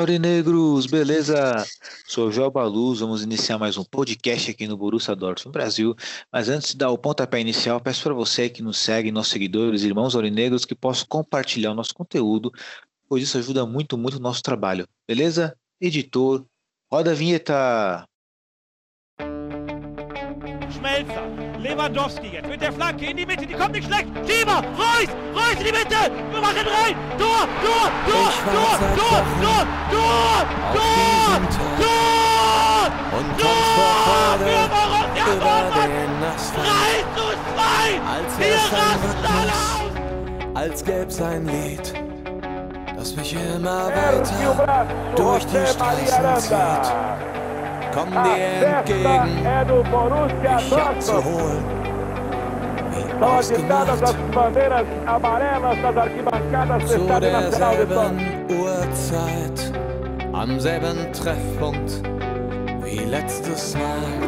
Aurinegros, beleza? Sou o Joel Baluz, vamos iniciar mais um podcast aqui no Borussia Dortmund Brasil, mas antes de dar o pontapé inicial, peço para você que nos segue, nossos seguidores, irmãos aurinegros, que possam compartilhar o nosso conteúdo, pois isso ajuda muito o nosso trabalho, beleza? Editor, roda a vinheta! Schmelzer, Lewandowski jetzt mit der Flanke in die Mitte, die kommt nicht schlecht. Schieber, Reus in die Mitte, wir machen rein. Tor! Und kommt vor Freude über den Asphalt. 3:2, Als wir wär's ein rasten alle aus. Rhythmus, als gäb's ein Lied, das mich immer weiter durch die Straßen zieht. Komm dir entgegen, mich abzuholen, wie ausgemacht, zu derselben Uhrzeit, am selben Treffpunkt wie letztes Mal.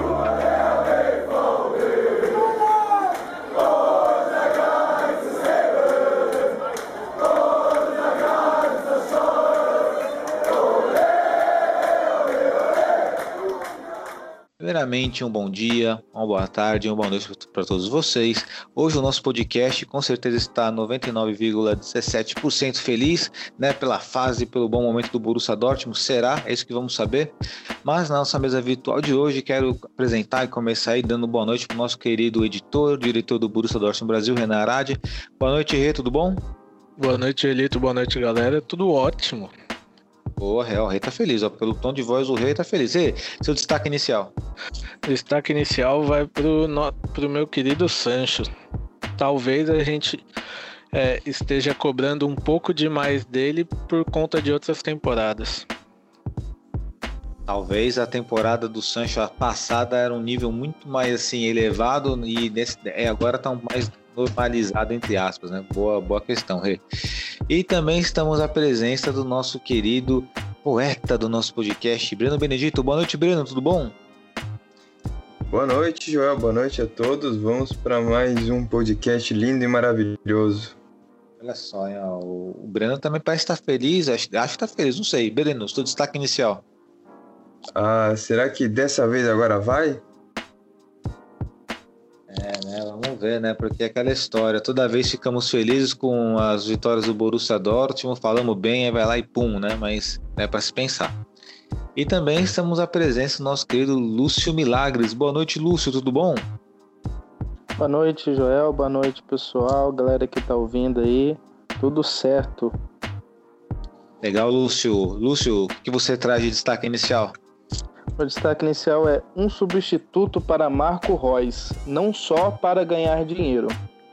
Primeiramente, um bom dia, uma boa tarde, uma boa noite para todos vocês. Hoje o nosso podcast com certeza está 99,17% feliz, né, pela fase, pelo bom momento do Borussia Dortmund. Será? É isso que vamos saber. Mas na nossa mesa virtual de hoje, quero apresentar e começar aí dando boa noite para o nosso querido editor, diretor do Borussia Dortmund Brasil, Renan Aradi. Boa noite, Rê, tudo bom? Boa noite, Elito. Boa noite, galera. Tudo ótimo. Boa, o Rei tá feliz, ó. Pelo tom de voz, o Rei tá feliz. E seu destaque inicial? O destaque inicial vai pro meu querido Sancho. Talvez a gente esteja cobrando um pouco demais dele por conta de outras temporadas. Talvez a temporada do Sancho passada era um nível muito mais assim elevado e agora tá mais normalizado, entre aspas, né? Boa questão, Rê. E também estamos à presença do nosso querido poeta do nosso podcast, Breno Benedito. Boa noite, Breno, tudo bom? Boa noite, Joel, boa noite a todos. Vamos para mais um podcast lindo e maravilhoso. Olha só, hein, ó, o Breno também parece estar feliz, acho que está feliz, não sei. Breno, seu destaque inicial. Será que dessa vez agora vai? Vamos ver, né? Porque é aquela história, toda vez ficamos felizes com as vitórias do Borussia Dortmund, falamos bem, aí vai lá e pum, né? Mas é para se pensar. E também estamos à presença do nosso querido Lúcio Milagres. Boa noite, Lúcio, tudo bom? Boa noite, Joel, boa noite, pessoal, galera que tá ouvindo aí, tudo certo. Legal, Lúcio. Lúcio, o que você traz de destaque inicial? O destaque inicial é um substituto para Marco Reus, não só para ganhar dinheiro.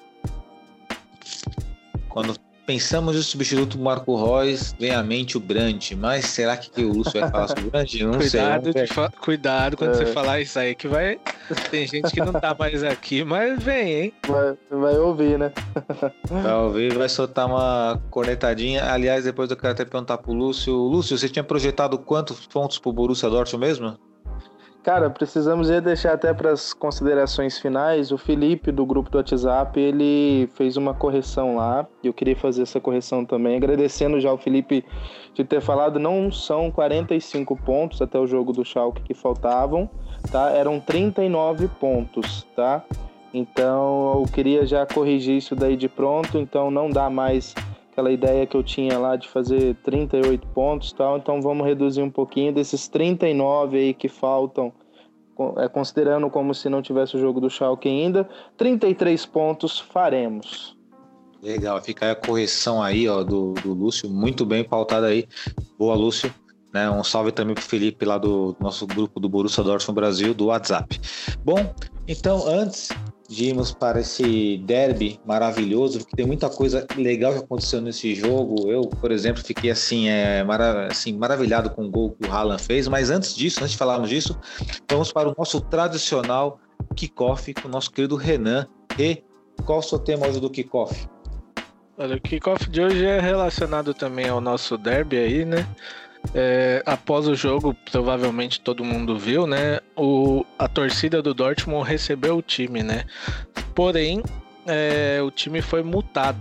Quando pensamos em substituto Marco Reus, vem à mente o Brandt, mas será que o Lúcio vai falar sobre o Brandt? Não sei. Cuidado quando você falar isso aí, que vai... Tem gente que não tá mais aqui, mas vem, hein? Vai ouvir, né? Vai ouvir, vai soltar uma cornetadinha. Aliás, depois eu quero até perguntar pro Lúcio. Lúcio, você tinha projetado quantos pontos pro Borussia Dortmund mesmo? Cara, precisamos deixar até para as considerações finais. O Felipe, do grupo do WhatsApp, ele fez uma correção lá. E eu queria fazer essa correção também. Agradecendo já o Felipe de ter falado, não são 45 pontos até o jogo do Schalke que faltavam, tá? Eram 39 pontos, tá? Então, eu queria já corrigir isso daí de pronto. Então, não dá mais aquela ideia que eu tinha lá de fazer 38 pontos e tal, então vamos reduzir um pouquinho desses 39 aí que faltam, considerando como se não tivesse o jogo do Schalke ainda, 33 pontos faremos. Legal, fica aí a correção aí, ó, do Lúcio, muito bem pautada aí, boa, Lúcio, né? Um salve também pro Felipe lá do nosso grupo do Borussia Dortmund Brasil, do WhatsApp. Bom, então antes de irmos para esse derby maravilhoso, porque tem muita coisa legal que aconteceu nesse jogo. Eu, por exemplo, fiquei assim, maravilhado com o gol que o Haaland fez, mas antes de falarmos disso, vamos para o nosso tradicional kickoff com o nosso querido Renan. E qual o seu tema hoje do kickoff? Olha, o kickoff de hoje é relacionado também ao nosso derby aí, né? Após o jogo, provavelmente todo mundo viu, né? A torcida do Dortmund recebeu o time, né? Porém, o time foi multado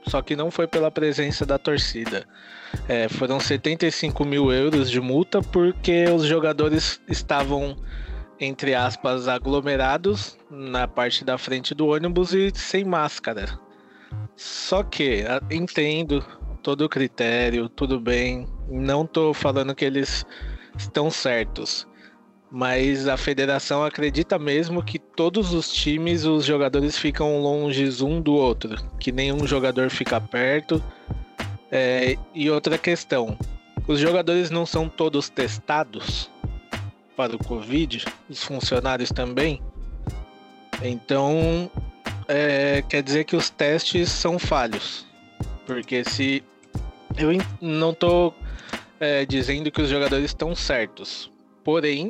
só que não foi pela presença da torcida. Foram 75 mil euros de multa porque os jogadores estavam, entre aspas, aglomerados na parte da frente do ônibus e sem máscara. Só que entendo todo o critério, tudo bem, não tô falando que eles estão certos, mas a federação acredita mesmo que todos os times, os jogadores ficam longe um do outro, que nenhum jogador fica perto. E outra questão, os jogadores não são todos testados para o Covid, os funcionários também, então quer dizer que os testes são falhos, porque se eu não estou dizendo que os jogadores estão certos, porém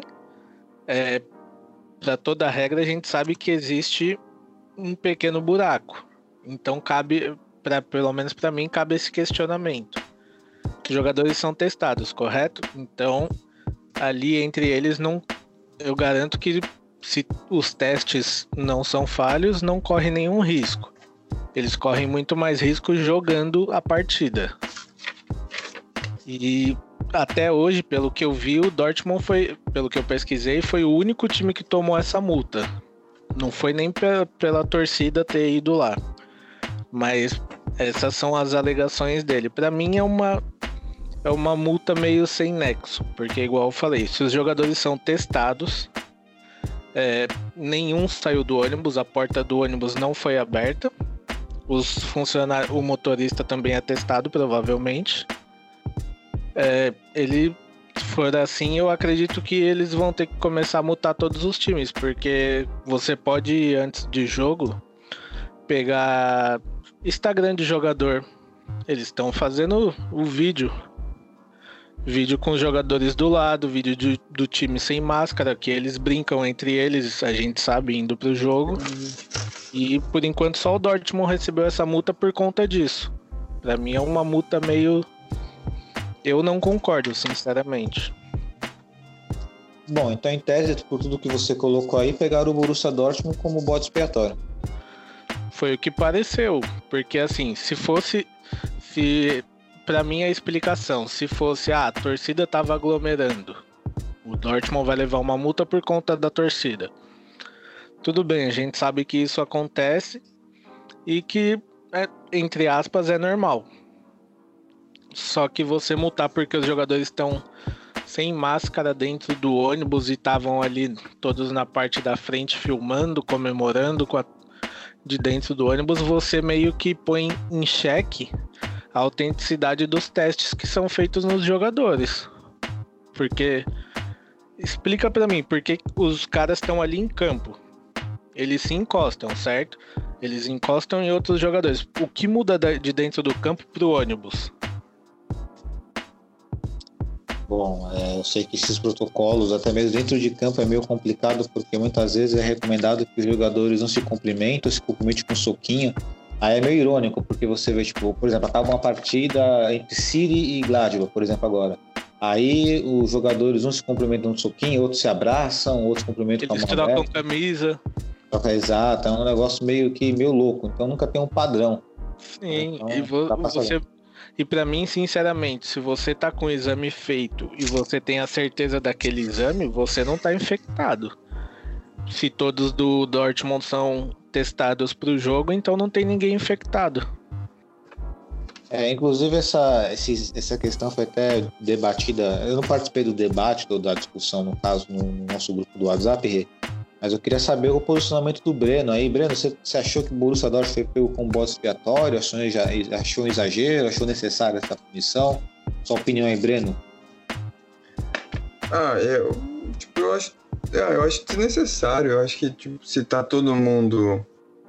para toda regra a gente sabe que existe um pequeno buraco, então cabe, pelo menos para mim, cabe esse questionamento. Os jogadores são testados, correto? Então ali entre eles eu garanto que se os testes não são falhos, não corre nenhum risco. Eles correm muito mais risco jogando a partida. E até hoje, pelo que eu vi, o Dortmund pelo que eu pesquisei, foi o único time que tomou essa multa. Não foi nem pela torcida ter ido lá. Mas essas são as alegações dele. Para mim é uma multa meio sem nexo, porque igual eu falei, se os jogadores são testados, nenhum saiu do ônibus, a porta do ônibus não foi aberta, os funcionários, o motorista também é testado, provavelmente. Ele for assim, eu acredito que eles vão ter que começar a multar todos os times, porque você pode, antes de jogo, pegar Instagram de jogador, eles estão fazendo o vídeo com os jogadores do lado, vídeo do time sem máscara, que eles brincam entre eles, a gente sabe, indo pro jogo. E por enquanto só o Dortmund recebeu essa multa por conta disso. Pra mim é uma multa meio... Eu não concordo, sinceramente. Bom, então em tese, por tudo que você colocou aí, pegaram o Borussia Dortmund como bode expiatório. Foi o que pareceu, porque assim, pra mim a explicação, se fosse, a torcida tava aglomerando, o Dortmund vai levar uma multa por conta da torcida. Tudo bem, a gente sabe que isso acontece e que, entre aspas, é normal. Só que você multar porque os jogadores estão sem máscara dentro do ônibus e estavam ali todos na parte da frente filmando, comemorando de dentro do ônibus, você meio que põe em xeque a autenticidade dos testes que são feitos nos jogadores. Porque, explica pra mim, por que os caras estão ali em campo? Eles se encostam, certo? Eles encostam em outros jogadores. O que muda de dentro do campo pro ônibus? Bom, eu sei que esses protocolos, até mesmo dentro de campo, é meio complicado, porque muitas vezes é recomendado que os jogadores não se cumprimentem, se cumprimentem com um soquinho. Aí é meio irônico, porque você vê, tipo, por exemplo, acaba uma partida entre City e Gladbach, por exemplo, agora. Aí os jogadores, uns se cumprimentam no soquinho, outros se abraçam, outros se cumprimentam com a mão aberta. Eles trocam camisa. Exato, é um negócio meio louco, então nunca tem um padrão. Sim, então, e pra mim, sinceramente, se você tá com o exame feito e você tem a certeza daquele exame, você não tá infectado. Se todos do Dortmund são testados pro jogo, então não tem ninguém infectado. Inclusive essa questão foi até debatida. Eu não participei do debate ou da discussão, no caso, no nosso grupo do WhatsApp, mas eu queria saber o posicionamento do Breno aí. Breno, você achou que o Borussia Dortmund foi pego com bode expiatório? Achou um exagero? Achou necessária essa punição? Sua opinião aí, Breno? Eu acho desnecessário. Eu acho que se tá todo mundo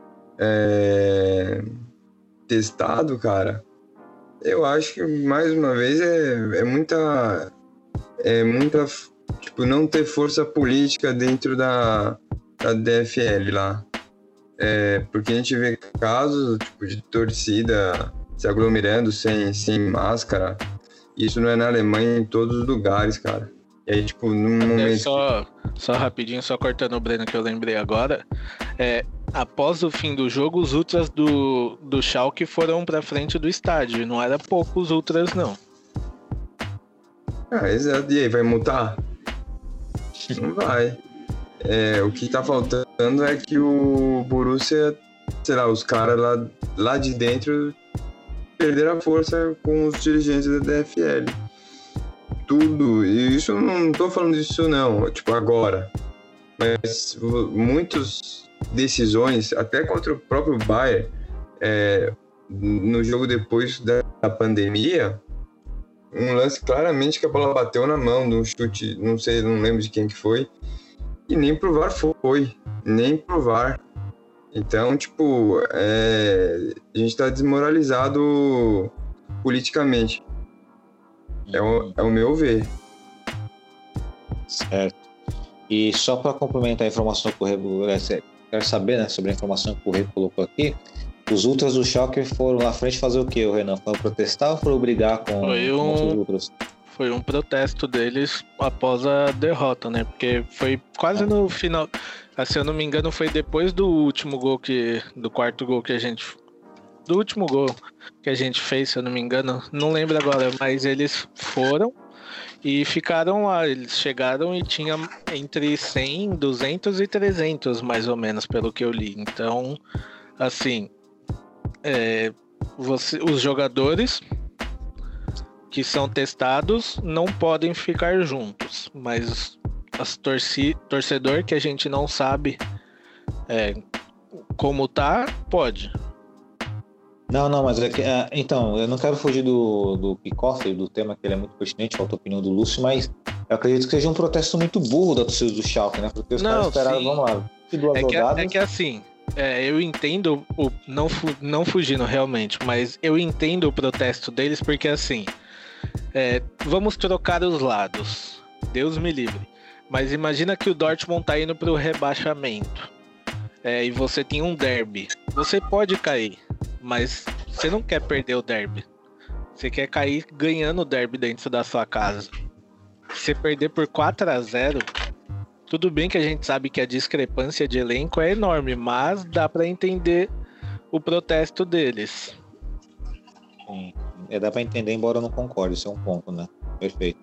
testado, cara, eu acho que mais uma vez é muita não ter força política dentro da DFL lá. Porque a gente vê casos de torcida se aglomerando sem máscara. Isso não é na Alemanha, em todos os lugares, cara. E aí, tipo, num momento... Só rapidinho, só cortando o Breno que eu lembrei agora. Após o fim do jogo, os ultras do Schalke foram pra frente do estádio. Não era pouco os ultras, não. Exato. E aí, vai multar? Não vai. O que tá faltando é que o Borussia, sei lá, os caras lá de dentro perderam a força com os dirigentes da DFL. Tudo. E isso, não tô falando disso não, tipo, agora. Mas muitas decisões, até contra o próprio Bayern, no jogo depois da pandemia, um lance claramente que a bola bateu na mão de um chute, não lembro de quem que foi, e nem pro VAR foi, nem pro VAR. Então, tipo, a gente tá desmoralizado politicamente. É o meu ver. Certo. E só para complementar a informação que o Rê, quero saber, né, sobre a informação que o Rê colocou aqui, os ultras do Schalke foram na frente fazer o quê, Renan? Foram protestar ou foram brigar com os ultras? Foi um protesto deles após a derrota, né? Porque foi quase no final. Se eu não me engano, foi depois do último gol do quarto gol que a gente... Do último gol que a gente fez, se eu não me engano, não lembro agora, mas eles foram e ficaram lá. Eles chegaram e tinha entre 100, 200 e 300, mais ou menos, pelo que eu li. Então, assim, os jogadores que são testados não podem ficar juntos, mas torcedor que a gente não sabe como tá, pode. Não, mas então, eu não quero fugir do kickoff, do tema, que ele é muito pertinente, falta a opinião do Lúcio, mas eu acredito que seja um protesto muito burro da torcida do Schalke, né? Porque os caras esperaram, vamos lá, é que assim, eu entendo, não fugindo realmente, mas eu entendo o protesto deles, porque assim, vamos trocar os lados, Deus me livre, mas imagina que o Dortmund tá indo pro rebaixamento, e você tem um derby, você pode cair, mas você não quer perder o derby. Você quer cair ganhando o derby dentro da sua casa. Se perder por 4-0, tudo bem que a gente sabe que a discrepância de elenco é enorme, mas dá pra entender o protesto deles. Sim, dá pra entender, embora eu não concorde, isso é um ponto, né? Perfeito.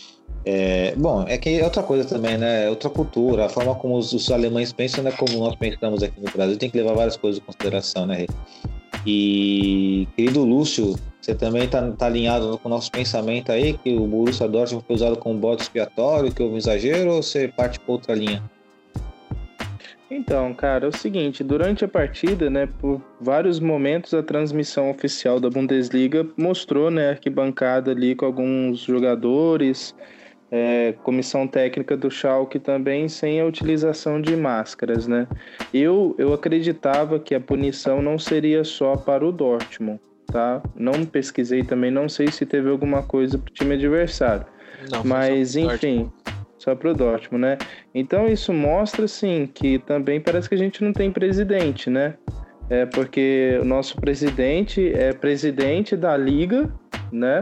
Bom, é que é outra coisa também, né? É outra cultura, a forma como os alemães pensam não é como nós pensamos aqui no Brasil, tem que levar várias coisas em consideração, né? E, querido Lúcio, você também tá alinhado com o nosso pensamento aí, que o Borussia Dortmund foi usado como bode expiatório, que houve um exagero, ou você parte por outra linha? Então, cara, é o seguinte, durante a partida, né, por vários momentos a transmissão oficial da Bundesliga mostrou, né, a arquibancada ali com alguns jogadores, comissão técnica do Schalke também sem a utilização de máscaras, né? Eu acreditava que a punição não seria só para o Dortmund, tá? Não pesquisei também, não sei se teve alguma coisa para o time adversário. Não, mas enfim, só para o Dortmund, né? Então isso mostra, assim, que também parece que a gente não tem presidente, né? Porque o nosso presidente é presidente da liga, né?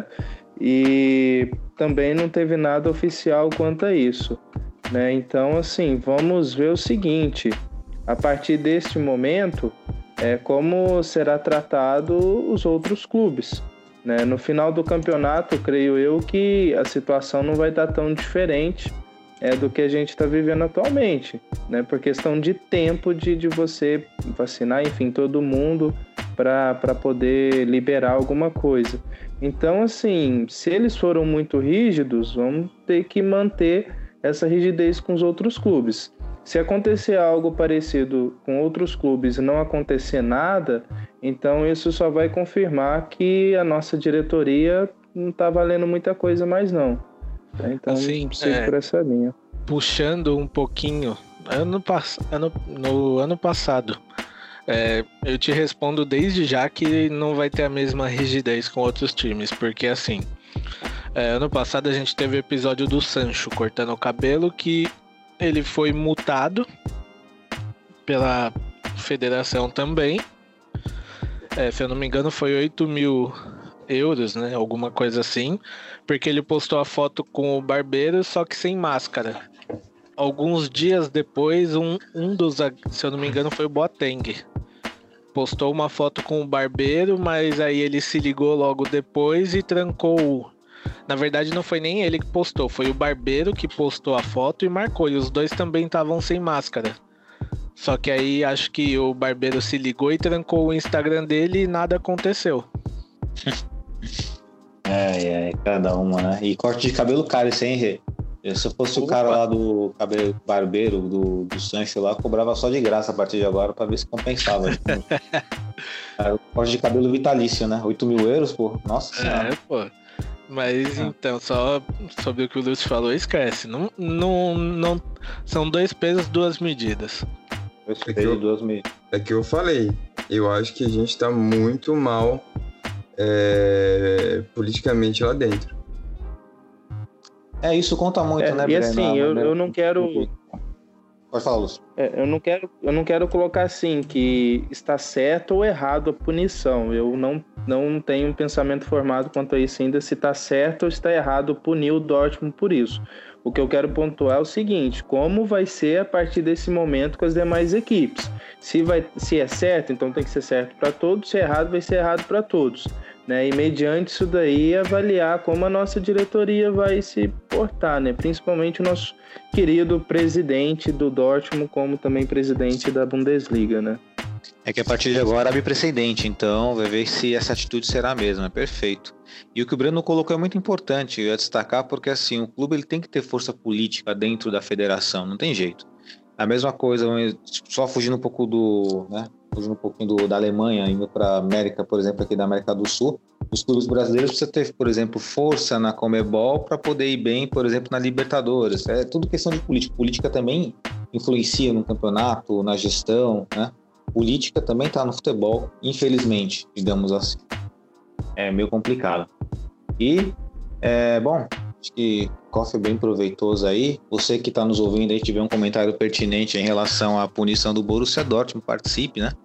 E também não teve nada oficial quanto a isso, né? Então, assim, vamos ver o seguinte, a partir deste momento, como será tratado os outros clubes, né? No final do campeonato, creio eu que a situação não vai estar tão diferente do que a gente está vivendo atualmente, né? Por questão de tempo de você vacinar, enfim, todo mundo para poder liberar alguma coisa. Então, assim, se eles foram muito rígidos, vamos ter que manter essa rigidez com os outros clubes. Se acontecer algo parecido com outros clubes e não acontecer nada, então isso só vai confirmar que a nossa diretoria não está valendo muita coisa mais não. Então, assim, sigo por essa linha. Puxando um pouquinho, no ano passado, eu te respondo desde já que não vai ter a mesma rigidez com outros times, porque assim, ano passado a gente teve o episódio do Sancho cortando o cabelo, que ele foi multado pela federação também, se eu não me engano foi 8 mil euros, né? Alguma coisa assim, porque ele postou a foto com o barbeiro, só que sem máscara. Alguns dias depois, um dos, se eu não me engano, foi o Boateng. Postou uma foto com o barbeiro, mas aí ele se ligou logo depois e trancou. Na verdade, não foi nem ele que postou, foi o barbeiro que postou a foto e marcou. E os dois também estavam sem máscara. Só que aí acho que o barbeiro se ligou e trancou o Instagram dele e nada aconteceu. Cada uma, né? E corte de cabelo caro esse, hein, Rê? Se eu fosse o cara lá do cabelo barbeiro, do Sancho lá, cobrava só de graça a partir de agora pra ver se compensava. Corte de cabelo vitalício, né? 8 mil euros, pô. Nossa senhora. Pô. Mas então, só sobre o que o Lúcio falou, esquece. Não, são 2 pesos, 2 medidas. É que eu falei. Eu acho que a gente tá muito mal politicamente lá dentro. Isso conta muito, né, Breno? E assim, eu não quero... Pode falar, Lúcio. Eu não quero colocar assim, que está certo ou errado a punição. Eu não tenho um pensamento formado quanto a isso ainda, se está certo ou está errado punir o Dortmund por isso. O que eu quero pontuar é o seguinte: como vai ser a partir desse momento com as demais equipes? Se é certo, então tem que ser certo para todos, se é errado, vai ser errado para todos. Né? E mediante isso daí, avaliar como a nossa diretoria vai se portar, né? Principalmente o nosso querido presidente do Dortmund, como também presidente da Bundesliga, né? É que a partir de agora abre precedente, então vai ver se essa atitude será a mesma, perfeito. E o que o Breno colocou é muito importante, eu ia destacar, porque assim, o clube ele tem que ter força política dentro da federação, não tem jeito. A mesma coisa, só fugindo um pouco da Alemanha, indo para a América, por exemplo, aqui da América do Sul, os clubes brasileiros precisam ter, por exemplo, força na Conmebol para poder ir bem, por exemplo, na Libertadores. É tudo questão de política. Política também influencia no campeonato, na gestão, né? Política também está no futebol, infelizmente, digamos assim. É meio complicado. E, acho que coffee bem proveitoso aí. Você que está nos ouvindo aí, tiver um comentário pertinente em relação à punição do Borussia Dortmund, participe, né?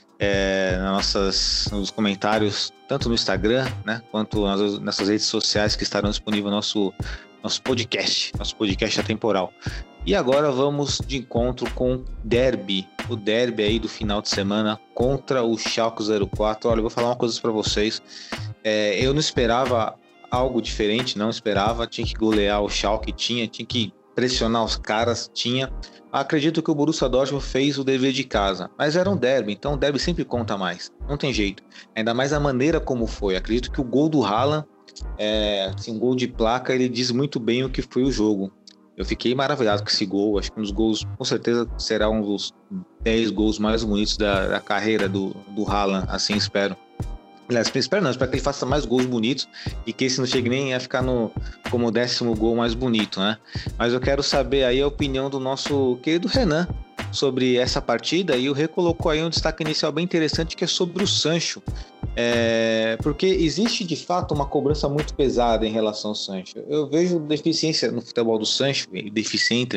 Nos comentários, tanto no Instagram, né, quanto nessas redes sociais que estarão disponíveis no nosso podcast atemporal. E agora vamos de encontro com o derby aí do final de semana contra o Schalke 04. Olha, eu vou falar uma coisa para vocês. Eu não esperava algo diferente, tinha que golear o Schalke, tinha que pressionar os caras, acredito que o Borussia Dortmund fez o dever de casa, mas era um derby, então o derby sempre conta mais, não tem jeito, ainda mais a maneira como foi. Acredito que o gol do Haaland, um gol de placa, ele diz muito bem o que foi o jogo. Eu fiquei maravilhado com esse gol, acho que um dos gols, com certeza, será um dos 10 gols mais bonitos da carreira do Haaland, assim espero. Espero que ele faça mais gols bonitos e que esse não chegue nem a ficar como o 10º gol mais bonito, né? Mas eu quero saber aí a opinião do nosso querido Renan sobre essa partida, e o Rê colocou aí um destaque inicial bem interessante, que é sobre o Sancho. Porque existe de fato uma cobrança muito pesada em relação ao Sancho. Eu vejo deficiência no futebol do Sancho, deficiência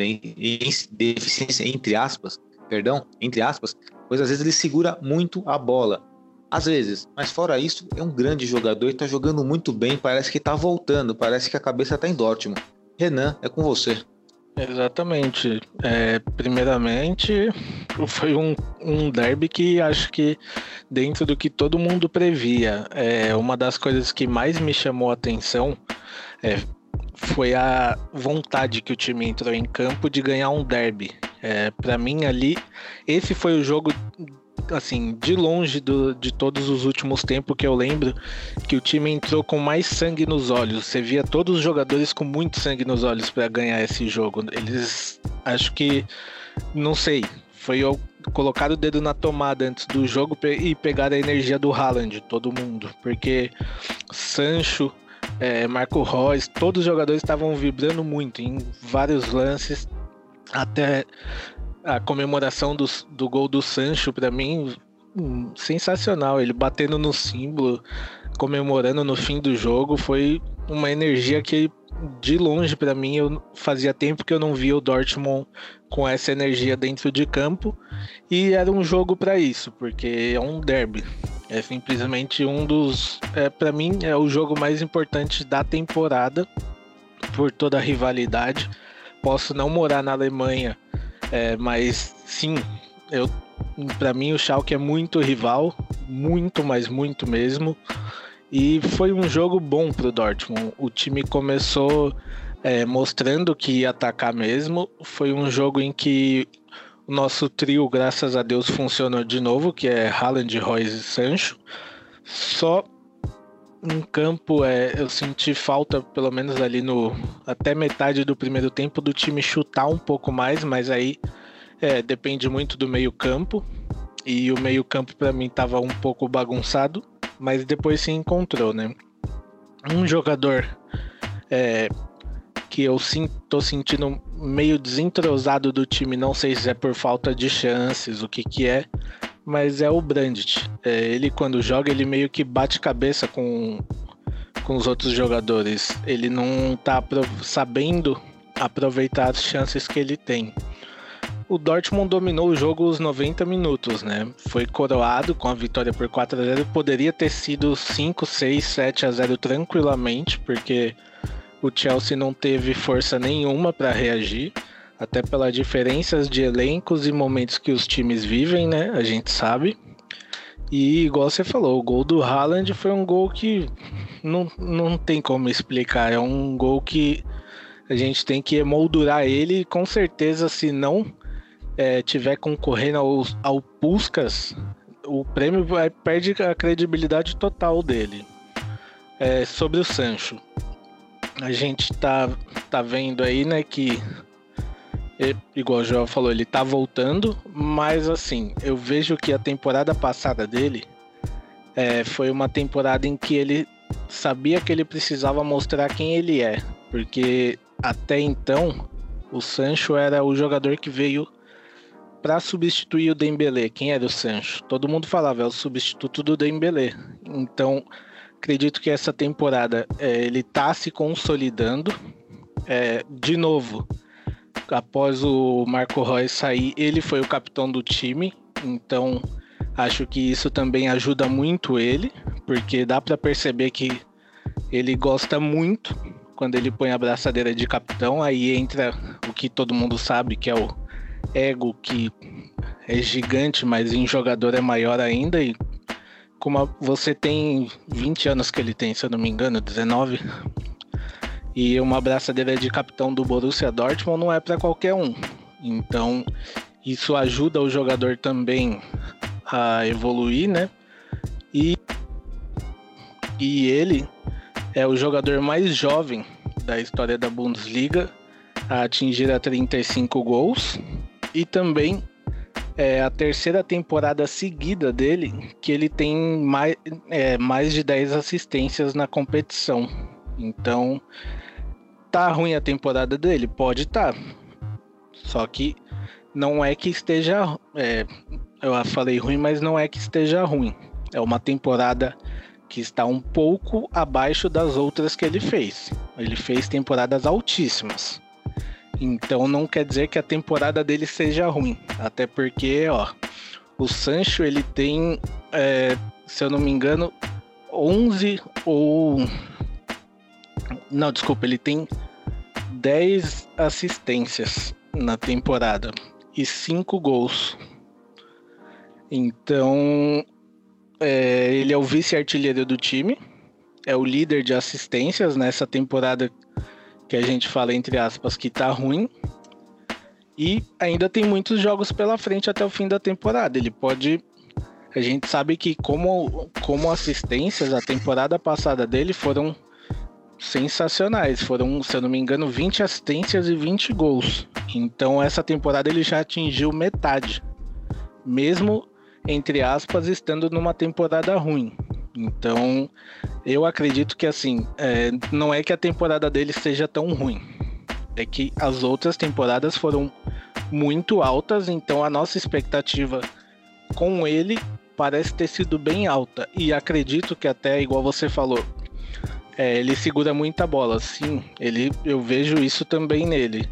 entre aspas, pois às vezes ele segura muito a bola. Às vezes, mas fora isso, é um grande jogador e tá jogando muito bem, parece que tá voltando, parece que a cabeça tá em Dortmund. Renan, é com você. Exatamente. Primeiramente, foi um derby que acho que dentro do que todo mundo previa. Uma das coisas que mais me chamou a atenção foi a vontade que o time entrou em campo de ganhar um derby. Para mim ali, esse foi o jogo, assim, de longe de todos os últimos tempos que eu lembro, que o time entrou com mais sangue nos olhos. Você via todos os jogadores com muito sangue nos olhos para ganhar esse jogo. Eles, acho que, não sei, colocar o dedo na tomada antes do jogo e pegar a energia do Haaland, todo mundo, porque Sancho, Marco Reus, todos os jogadores estavam vibrando muito em vários lances. Até a comemoração do gol do Sancho, para mim, sensacional. Ele batendo no símbolo, comemorando no fim do jogo, foi uma energia que, de longe, para mim, eu fazia tempo que eu não via o Dortmund com essa energia dentro de campo. E era um jogo para isso, porque é um derby. É simplesmente um dos... para mim, é o jogo mais importante da temporada, por toda a rivalidade. Posso não morar na Alemanha, mas sim, para mim o Schalke é muito rival, muito, mas muito mesmo. E foi um jogo bom pro Dortmund. O time começou mostrando que ia atacar mesmo. Foi um jogo em que o nosso trio, graças a Deus, funcionou de novo, que é Haaland, Reus e Sancho. Só em campo, eu senti falta, pelo menos ali até metade do primeiro tempo, do time chutar um pouco mais, mas aí depende muito do meio campo. E o meio campo para mim estava um pouco bagunçado, mas depois se encontrou, né? Um jogador que eu tô sentindo meio desentrosado do time, não sei se é por falta de chances, o que é, mas é o Brandt. Ele quando joga, ele meio que bate cabeça com os outros jogadores. Ele não tá sabendo aproveitar as chances que ele tem. O Dortmund dominou o jogo os 90 minutos, né? Foi coroado com a vitória por 4-0. Poderia ter sido 5, 6, 7-0 tranquilamente, porque o Chelsea não teve força nenhuma para reagir, até pelas diferenças de elencos e momentos que os times vivem, né? A gente sabe. E igual você falou, o gol do Haaland foi um gol que não tem como explicar. É um gol que a gente tem que emoldurar ele, e com certeza, se não tiver concorrendo ao Puskás, o prêmio perde a credibilidade total dele. Sobre o Sancho, a gente tá vendo aí, né, que igual o João falou, ele tá voltando, mas assim, eu vejo que a temporada passada dele foi uma temporada em que ele sabia que ele precisava mostrar quem ele é, porque até então o Sancho era o jogador que veio para substituir o Dembélé. Quem era o Sancho? Todo mundo falava, é o substituto do Dembélé. Então, acredito que essa temporada ele tá se consolidando. De novo, após o Marco Reus sair, ele foi o capitão do time. Então, acho que isso também ajuda muito ele, porque dá para perceber que ele gosta muito quando ele põe a braçadeira de capitão. Aí entra o que todo mundo sabe, que é o ego, que é gigante, mas em jogador é maior ainda. E como você tem 20 anos que ele tem, se eu não me engano, 19, e uma braçadeira de capitão do Borussia Dortmund não é para qualquer um. Então isso ajuda o jogador também a evoluir, né? E ele é o jogador mais jovem da história da Bundesliga a atingir a 35 gols, e também a terceira temporada seguida dele que ele tem mais de 10 assistências na competição. Então, tá ruim a temporada dele? Pode tá. Só que não é que esteja... eu falei ruim, mas não é que esteja ruim. É uma temporada que está um pouco abaixo das outras que ele fez. Ele fez temporadas altíssimas. Então não quer dizer que a temporada dele seja ruim. Até porque, o Sancho, ele tem, se eu não me engano, 11 ou... Não, desculpa, ele tem 10 assistências na temporada e 5 gols. Então, ele é o vice-artilheiro do time, é o líder de assistências nessa temporada que a gente fala, entre aspas, que tá ruim, e ainda tem muitos jogos pela frente até o fim da temporada. Ele pode... A gente sabe que como assistências, a temporada passada dele foram sensacionais, foram, se eu não me engano, 20 assistências e 20 gols. Então essa temporada ele já atingiu metade, mesmo, entre aspas, estando numa temporada ruim. Então, eu acredito que assim, não é que a temporada dele seja tão ruim, é que as outras temporadas foram muito altas, então a nossa expectativa com ele parece ter sido bem alta. E acredito que até, igual você falou, ele segura muita bola, sim, eu vejo isso também nele.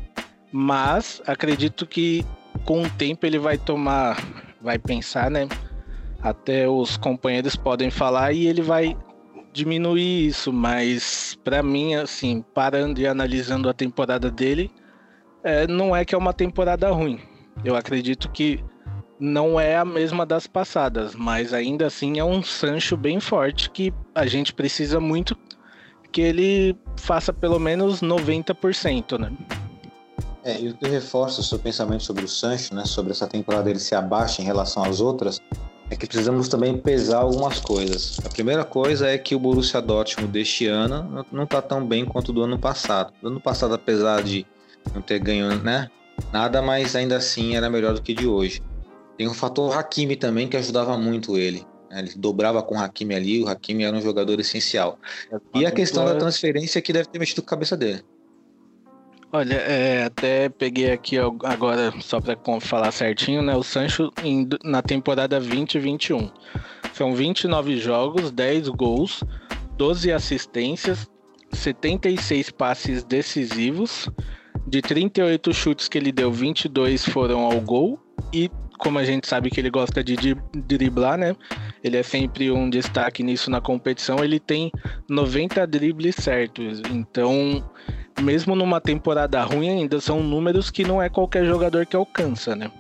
Mas acredito que com o tempo ele vai pensar, né? até os companheiros podem falar e ele vai diminuir isso, mas para mim, assim, parando e analisando a temporada dele, não é que é uma temporada ruim. Eu acredito que não é a mesma das passadas, mas ainda assim é um Sancho bem forte que a gente precisa muito que ele faça pelo menos 90%, né? E o que reforça o seu pensamento sobre o Sancho, né, sobre essa temporada ele se abaixa em relação às outras, é que precisamos também pesar algumas coisas. A primeira coisa é que o Borussia Dortmund deste ano não está tão bem quanto o do ano passado. O ano passado, apesar de não ter ganho, né, nada, mas ainda assim era melhor do que de hoje. Tem o fator Hakimi também, que ajudava muito ele. Ele dobrava com o Hakimi ali, o Hakimi era um jogador essencial. E a questão da transferência que deve ter mexido com a cabeça dele. Olha, até peguei aqui agora, só para falar certinho, né? O Sancho na temporada 20-21. São 29 jogos, 10 gols, 12 assistências, 76 passes decisivos. De 38 chutes que ele deu, 22 foram ao gol. E como a gente sabe que ele gosta de driblar, né? Ele é sempre um destaque nisso na competição. Ele tem 90 dribles certos. Então, mesmo numa temporada ruim, ainda são números que não é qualquer jogador que alcança, né?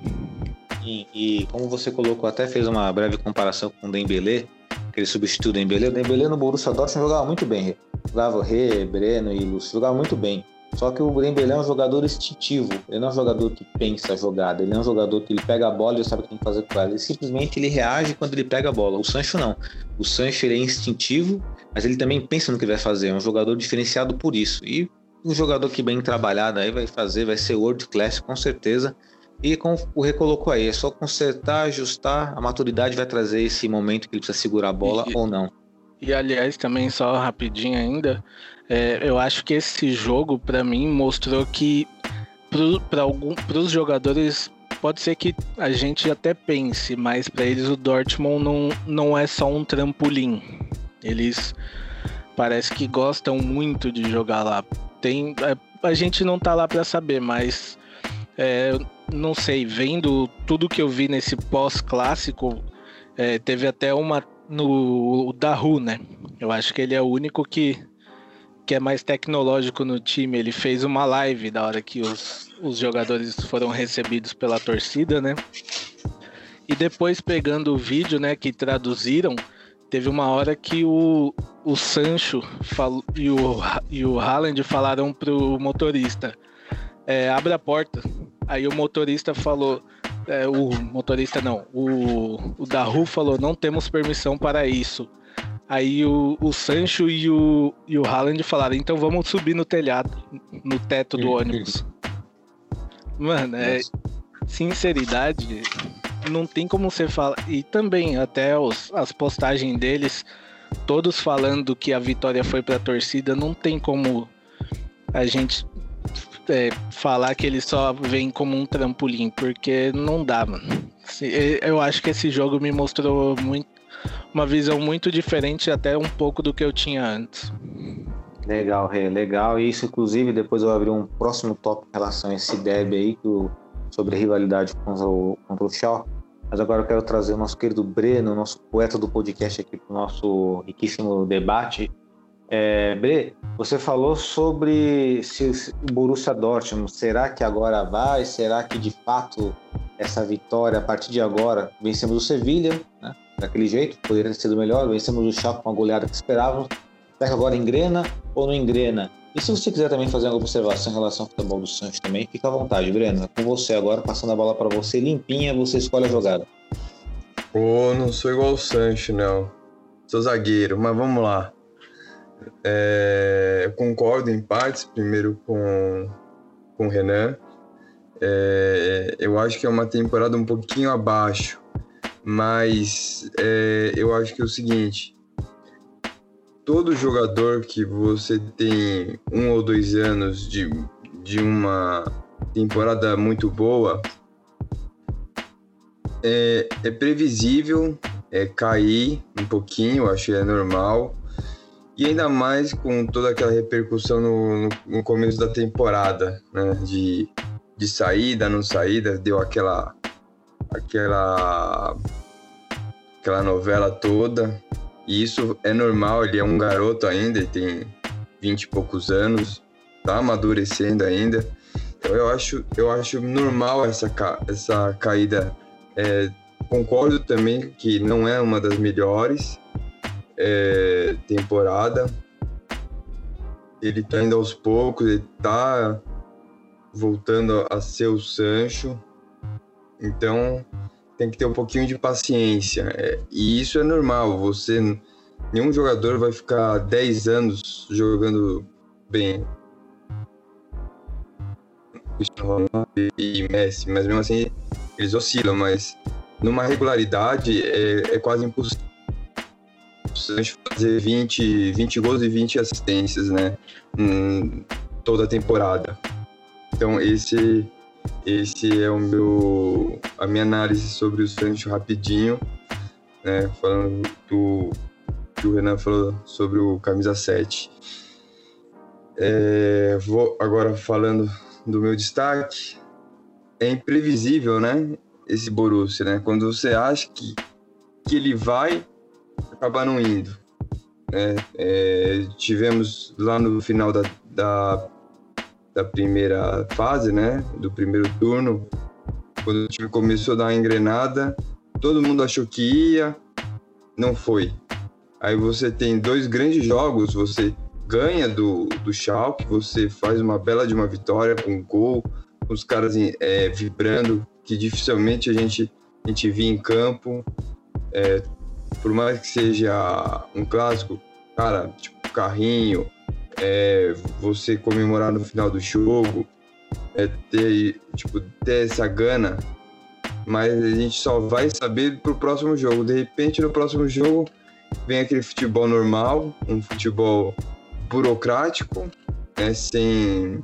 E como você colocou, até fez uma breve comparação com o Dembélé, que ele substituiu o Dembélé. O Dembélé no Borussia Dortmund jogava muito bem. Jogava o Rê, Breno e Lúcio, jogava muito bem. Só que o Dembélé é um jogador instintivo, ele não é um jogador que pensa a jogada, ele é um jogador que ele pega a bola e sabe o que tem que fazer com ela. Ele simplesmente reage quando ele pega a bola. O Sancho não. O Sancho ele é instintivo, mas ele também pensa no que vai fazer. É um jogador diferenciado por isso. E um jogador que bem trabalhado aí vai ser world class com certeza. E como o Rê colocou aí, é só consertar, ajustar, a maturidade vai trazer esse momento que ele precisa segurar a bola ou não. E aliás, também só rapidinho ainda, eu acho que esse jogo, para mim, mostrou que para os jogadores, pode ser que a gente até pense, mas para eles o Dortmund não é só um trampolim. Eles parece que gostam muito de jogar lá. A gente não tá lá para saber, mas não sei, vendo tudo que eu vi nesse pós-clássico, teve até uma no Daru, né? Eu acho que ele é o único que é mais tecnológico no time. Ele fez uma live da hora que os jogadores foram recebidos pela torcida, né? E depois pegando o vídeo, né, que traduziram, teve uma hora que o Sancho e o Haaland falaram pro motorista, abre a porta. Aí o motorista falou, o Daru falou, não temos permissão para isso. Aí o Sancho e o Haaland falaram, então vamos subir no telhado, no teto do ônibus. Mano, sinceridade, não tem como você falar. E também até as postagens deles, todos falando que a vitória foi pra torcida, não tem como a gente falar que ele só vem como um trampolim, porque não dá, mano. Eu acho que esse jogo me mostrou uma visão muito diferente, até um pouco do que eu tinha antes. Legal, Rê, legal. E isso, inclusive, depois eu vou abrir um próximo tópico em relação a esse derby aí, sobre a rivalidade contra o Shaw. Mas agora eu quero trazer o nosso querido Breno, nosso poeta do podcast aqui, para o nosso riquíssimo debate. Bre, você falou sobre se o Borussia Dortmund, será que agora vai? Será que de fato essa vitória, a partir de agora, vencemos o Sevilha, né? Daquele jeito, poderia ter sido melhor, vencemos o Schalke com a goleada que esperávamos, será que agora engrena ou não engrena? E se você quiser também fazer uma observação em relação ao futebol do Sancho também, fica à vontade, Breno, é com você agora, passando a bola para você limpinha, você escolhe a jogada. Não sou igual o Sancho, não, sou zagueiro, mas vamos lá. Eu concordo em partes, primeiro com o Renan. Eu acho que é uma temporada um pouquinho abaixo, mas eu acho que é o seguinte: todo jogador que você tem 1 ou 2 anos de uma temporada muito boa, é previsível cair um pouquinho, acho que é normal. E ainda mais com toda aquela repercussão no começo da temporada, né? De saída, não saída, deu aquela aquela novela toda. E isso é normal, ele é um garoto ainda, ele tem 20 e poucos anos, tá amadurecendo ainda. Então eu acho normal essa caída. Concordo também que não é uma das melhores temporada. Ele tá indo aos poucos, ele tá voltando a ser o Sancho. Então tem que ter um pouquinho de paciência. E isso é normal. Nenhum jogador vai ficar 10 anos jogando bem. E Messi, mas mesmo assim eles oscilam, mas numa regularidade é quase impossível o Sancho fazer 20 gols e 20 assistências, né? Toda a temporada. Então esse é a minha análise sobre o Sancho rapidinho, né? Falando que o Renan falou sobre o camisa 7. Vou agora falando do meu destaque. É imprevisível, né? Esse Borussia, né? Quando você acha que ele vai, acaba não indo. Tivemos lá no final da primeira fase, né? Do primeiro turno, quando o time começou a dar uma engrenada, todo mundo achou que ia, não foi. Aí você tem 2 grandes jogos, você ganha do Schalke, você faz uma bela de uma vitória com um gol, com os caras vibrando, que dificilmente a gente via em campo. Por mais que seja um clássico, cara, tipo carrinho, você comemorar no final do jogo, ter essa gana, mas a gente só vai saber pro próximo jogo. De repente, no próximo jogo, vem aquele futebol normal, um futebol burocrático, sem...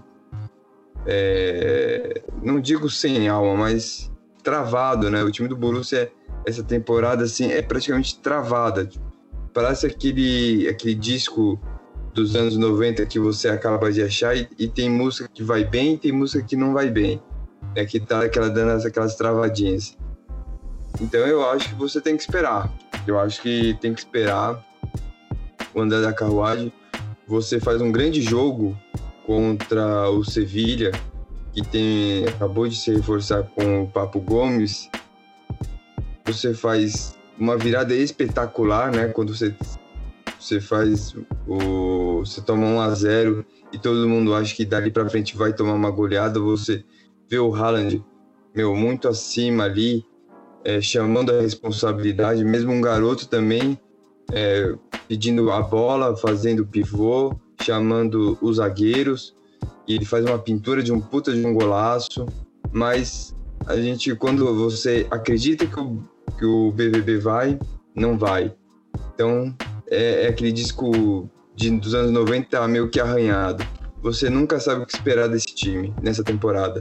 não digo sem alma, mas travado, né? O time do Borussia, essa temporada, assim, é praticamente travada. Parece aquele disco dos anos 90 que você acaba de achar e tem música que vai bem e tem música que não vai bem, né? Que tá dando aquelas travadinhas. Então eu acho que você tem que esperar. Eu acho que tem que esperar o andar da carruagem. Você faz um grande jogo contra o Sevilla, que acabou de se reforçar com o Papo Gomes. Você faz uma virada espetacular, né? Quando você toma 1-0 e todo mundo acha que dali pra frente vai tomar uma goleada. Você vê o Haaland, muito acima ali, chamando a responsabilidade, mesmo um garoto também, pedindo a bola, fazendo pivô, chamando os zagueiros, e ele faz uma pintura de um puta de um golaço. Mas quando você acredita que o BVB vai, não vai. Então aquele disco dos anos 90 meio que arranhado. Você nunca sabe o que esperar desse time nessa temporada.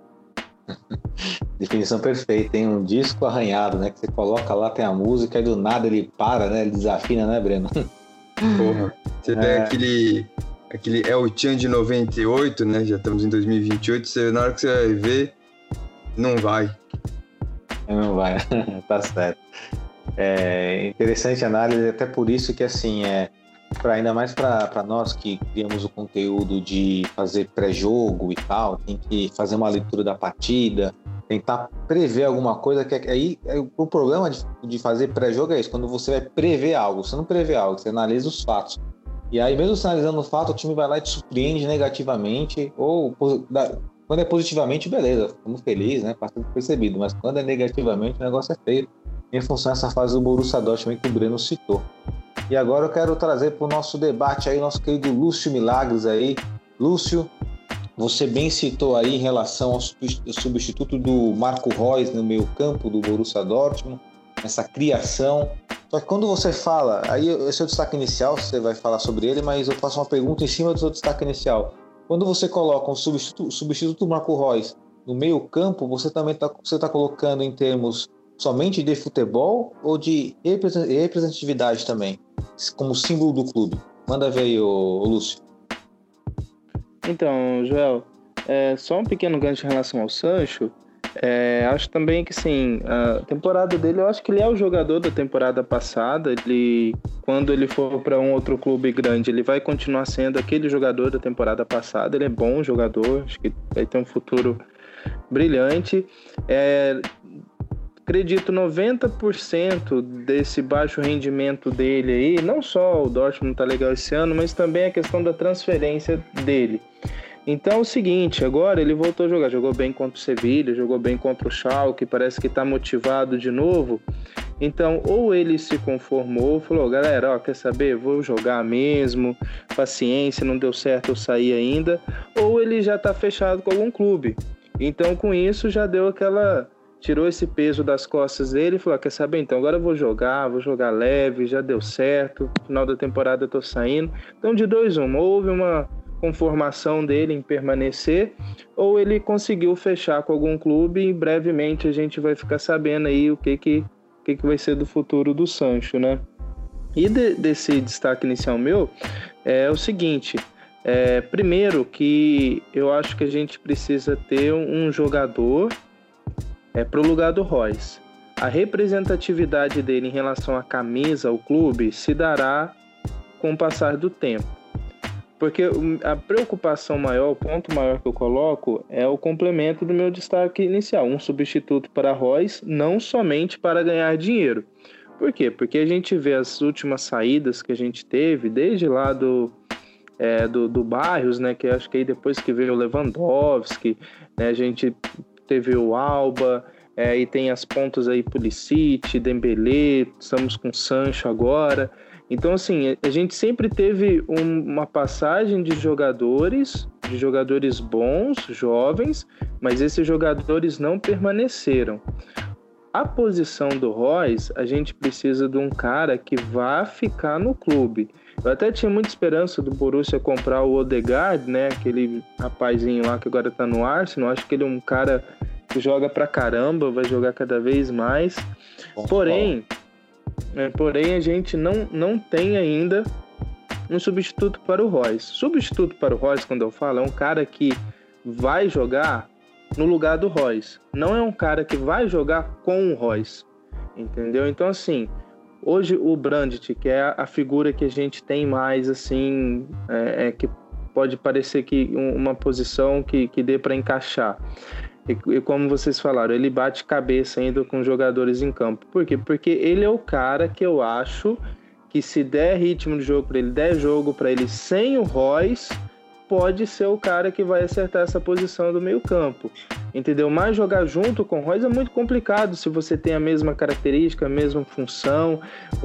Definição perfeita, hein? Um disco arranhado, né? Que você coloca lá, tem a música e do nada ele para, né? Ele desafina, né, Breno? Porra, você tem aquele El Chan de 98, né? Já estamos em 2028, na hora que você vai ver, não vai. Não vai, tá certo. Interessante a análise, até por isso que, assim, ainda mais para nós que criamos o conteúdo de fazer pré-jogo e tal, tem que fazer uma leitura da partida, tentar prever alguma coisa, que aí o problema de fazer pré-jogo é isso, quando você vai prever algo, você não prevê algo, você analisa os fatos. E aí, mesmo você analisando o fato, o time vai lá e te surpreende negativamente, ou quando é positivamente, beleza, ficamos felizes, né, passando percebido, mas quando é negativamente, o negócio é feio, em função dessa fase do Borussia Dortmund que o Breno citou. E agora eu quero trazer para o nosso debate aí, nosso querido Lúcio Milagres aí. Lúcio, você bem citou aí em relação ao substituto do Marco Reus no meio campo do Borussia Dortmund, essa criação. Só que quando você fala, aí esse é o destaque inicial, você vai falar sobre ele, mas eu faço uma pergunta em cima do seu destaque inicial. Quando você coloca um substituto do Marco Reus no meio campo, você também tá colocando em termos somente de futebol ou de representatividade também, como símbolo do clube? Manda ver aí, ô Lúcio. Então, Joel, só um pequeno gancho em relação ao Sancho. Acho também que, sim, a temporada dele, eu acho que ele é o jogador da temporada passada. Quando ele for para um outro clube grande, ele vai continuar sendo aquele jogador da temporada passada. Ele é bom jogador, acho que vai ter um futuro brilhante. Acredito 90% desse baixo rendimento dele aí, não só o Dortmund tá legal esse ano, mas também a questão da transferência dele. Então é o seguinte, agora ele voltou a jogar, jogou bem contra o Sevilha, jogou bem contra o Schalke, parece que tá motivado de novo. Então, ou ele se conformou, falou, galera, quer saber, vou jogar mesmo, paciência, não deu certo eu sair ainda, ou ele já tá fechado com algum clube. Então, com isso, já deu tirou esse peso das costas dele e falou, quer saber, então agora eu vou jogar leve, já deu certo, no final da temporada eu tô saindo. Então, de 2-1, houve uma conformação dele em permanecer, ou ele conseguiu fechar com algum clube e brevemente a gente vai ficar sabendo aí o que vai ser do futuro do Sancho, né? E desse destaque inicial meu, é o seguinte, primeiro que eu acho que a gente precisa ter um jogador para o lugar do Reus. A representatividade dele em relação à camisa, ao clube, se dará com o passar do tempo. Porque a preocupação maior, o ponto maior que eu coloco é o complemento do meu destaque inicial. Um substituto para Reus, não somente para ganhar dinheiro. Por quê? Porque a gente vê as últimas saídas que a gente teve, desde lá do Barrios, né? Que acho que aí depois que veio o Lewandowski, né, a gente teve o Alba, e tem as pontas aí Pulisic, Dembélé, estamos com Sancho agora. Então, assim, a gente sempre teve uma passagem de jogadores bons, jovens, mas esses jogadores não permaneceram. A posição do Reus, a gente precisa de um cara que vá ficar no clube. Eu até tinha muita esperança do Borussia comprar o Odegaard, né? Aquele rapazinho lá que agora tá no Arsenal. Acho que ele é um cara que joga pra caramba, vai jogar cada vez mais. Porém, a gente não tem ainda um substituto para o Reus. Substituto para o Reus, quando eu falo, é um cara que vai jogar no lugar do Reus. Não é um cara que vai jogar com o Reus, entendeu? Então, assim, hoje o Brandt, que é a figura que a gente tem mais, assim, que pode parecer que uma posição que dê para encaixar. E como vocês falaram, ele bate cabeça ainda com jogadores em campo. Por quê? Porque ele é o cara que eu acho que, se der ritmo de jogo para ele, der jogo para ele sem o Reus, pode ser o cara que vai acertar essa posição do meio campo, entendeu? Mas jogar junto com o Reus é muito complicado se você tem a mesma característica, a mesma função.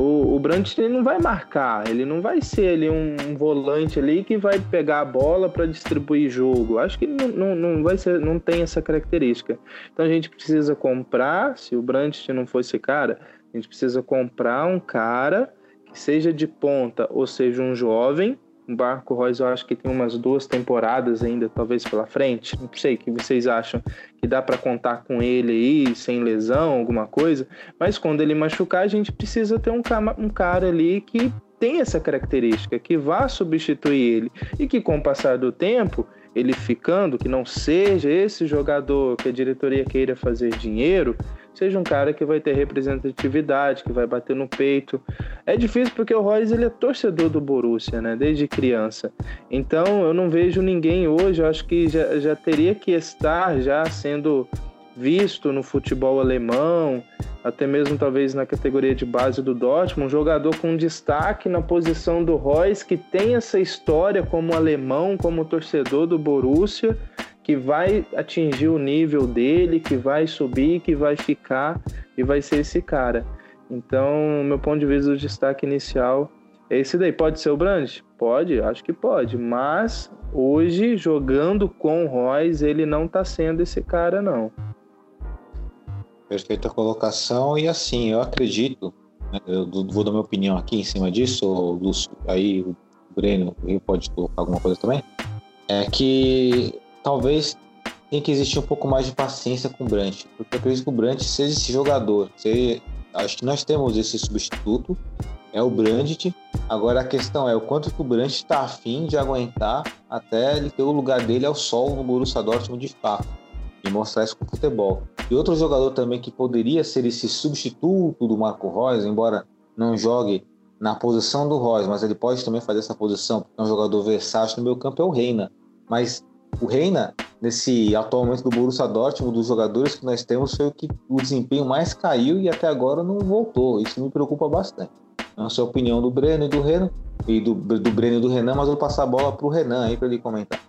O Brandt, ele não vai marcar, ele não vai ser ali um volante ali que vai pegar a bola para distribuir jogo. Acho que não vai ser, não tem essa característica. Então a gente precisa comprar, se o Brandt não for esse cara, a gente precisa comprar um cara que seja de ponta, ou seja, um jovem. O Marco Reus, eu acho que tem umas 2 temporadas ainda, talvez pela frente. Não sei o que vocês acham, que dá para contar com ele aí, sem lesão, alguma coisa. Mas quando ele machucar, a gente precisa ter um cara ali que tem essa característica, que vá substituir ele. E que com o passar do tempo, ele ficando, que não seja esse jogador que a diretoria queira fazer dinheiro, seja um cara que vai ter representatividade, que vai bater no peito. É difícil porque o Reus, ele é torcedor do Borussia, né, desde criança. Então eu não vejo ninguém hoje, eu acho que já teria que estar já sendo visto no futebol alemão, até mesmo talvez na categoria de base do Dortmund, um jogador com destaque na posição do Reus, que tem essa história como alemão, como torcedor do Borussia, que vai atingir o nível dele, que vai subir, que vai ficar e vai ser esse cara. Então, meu ponto de vista do destaque inicial é esse daí. Pode ser o Brandt? Pode, acho que pode. Mas hoje, jogando com o Reus, ele não está sendo esse cara, não. Perfeita colocação. E assim, eu acredito, né, eu vou dar minha opinião aqui em cima disso, o Lúcio, aí o Breno pode colocar alguma coisa também, é que talvez tenha que existir um pouco mais de paciência com o Brandt, porque eu acredito que o Brandt seja esse jogador. Acho que nós temos esse substituto, é o Brandt. Agora a questão é o quanto que o Brandt está afim de aguentar até ele ter o lugar dele ao sol no Borussia Dortmund de fato, e mostrar isso com o futebol. E outro jogador também que poderia ser esse substituto do Marco Reus, embora não jogue na posição do Reus, mas ele pode também fazer essa posição, porque é um jogador versátil no meio campo, é o Reina. Mas o Reina, nesse atual momento do Borussia Dortmund, dos jogadores que nós temos, foi o desempenho mais caiu e até agora não voltou. Isso me preocupa bastante. Essa é a opinião do Breno e do Renan, e do Breno e do Renan, mas eu vou passar a bola para o Renan aí para ele comentar.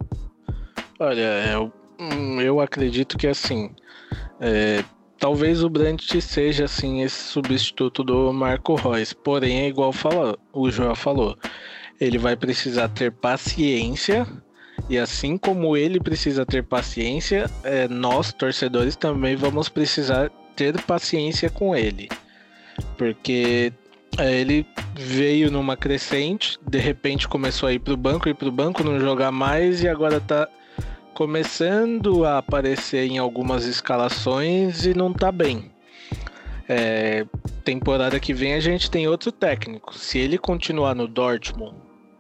Olha, eu acredito que assim, talvez o Brandt seja assim esse substituto do Marco Reus, porém é igual o João falou, ele vai precisar ter paciência, e assim como ele precisa ter paciência, nós torcedores também vamos precisar ter paciência com ele, porque ele veio numa crescente, de repente começou a ir pro banco, não jogar mais, e agora tá começando a aparecer em algumas escalações e não tá bem. Temporada que vem a gente tem outro técnico. Se ele continuar no Dortmund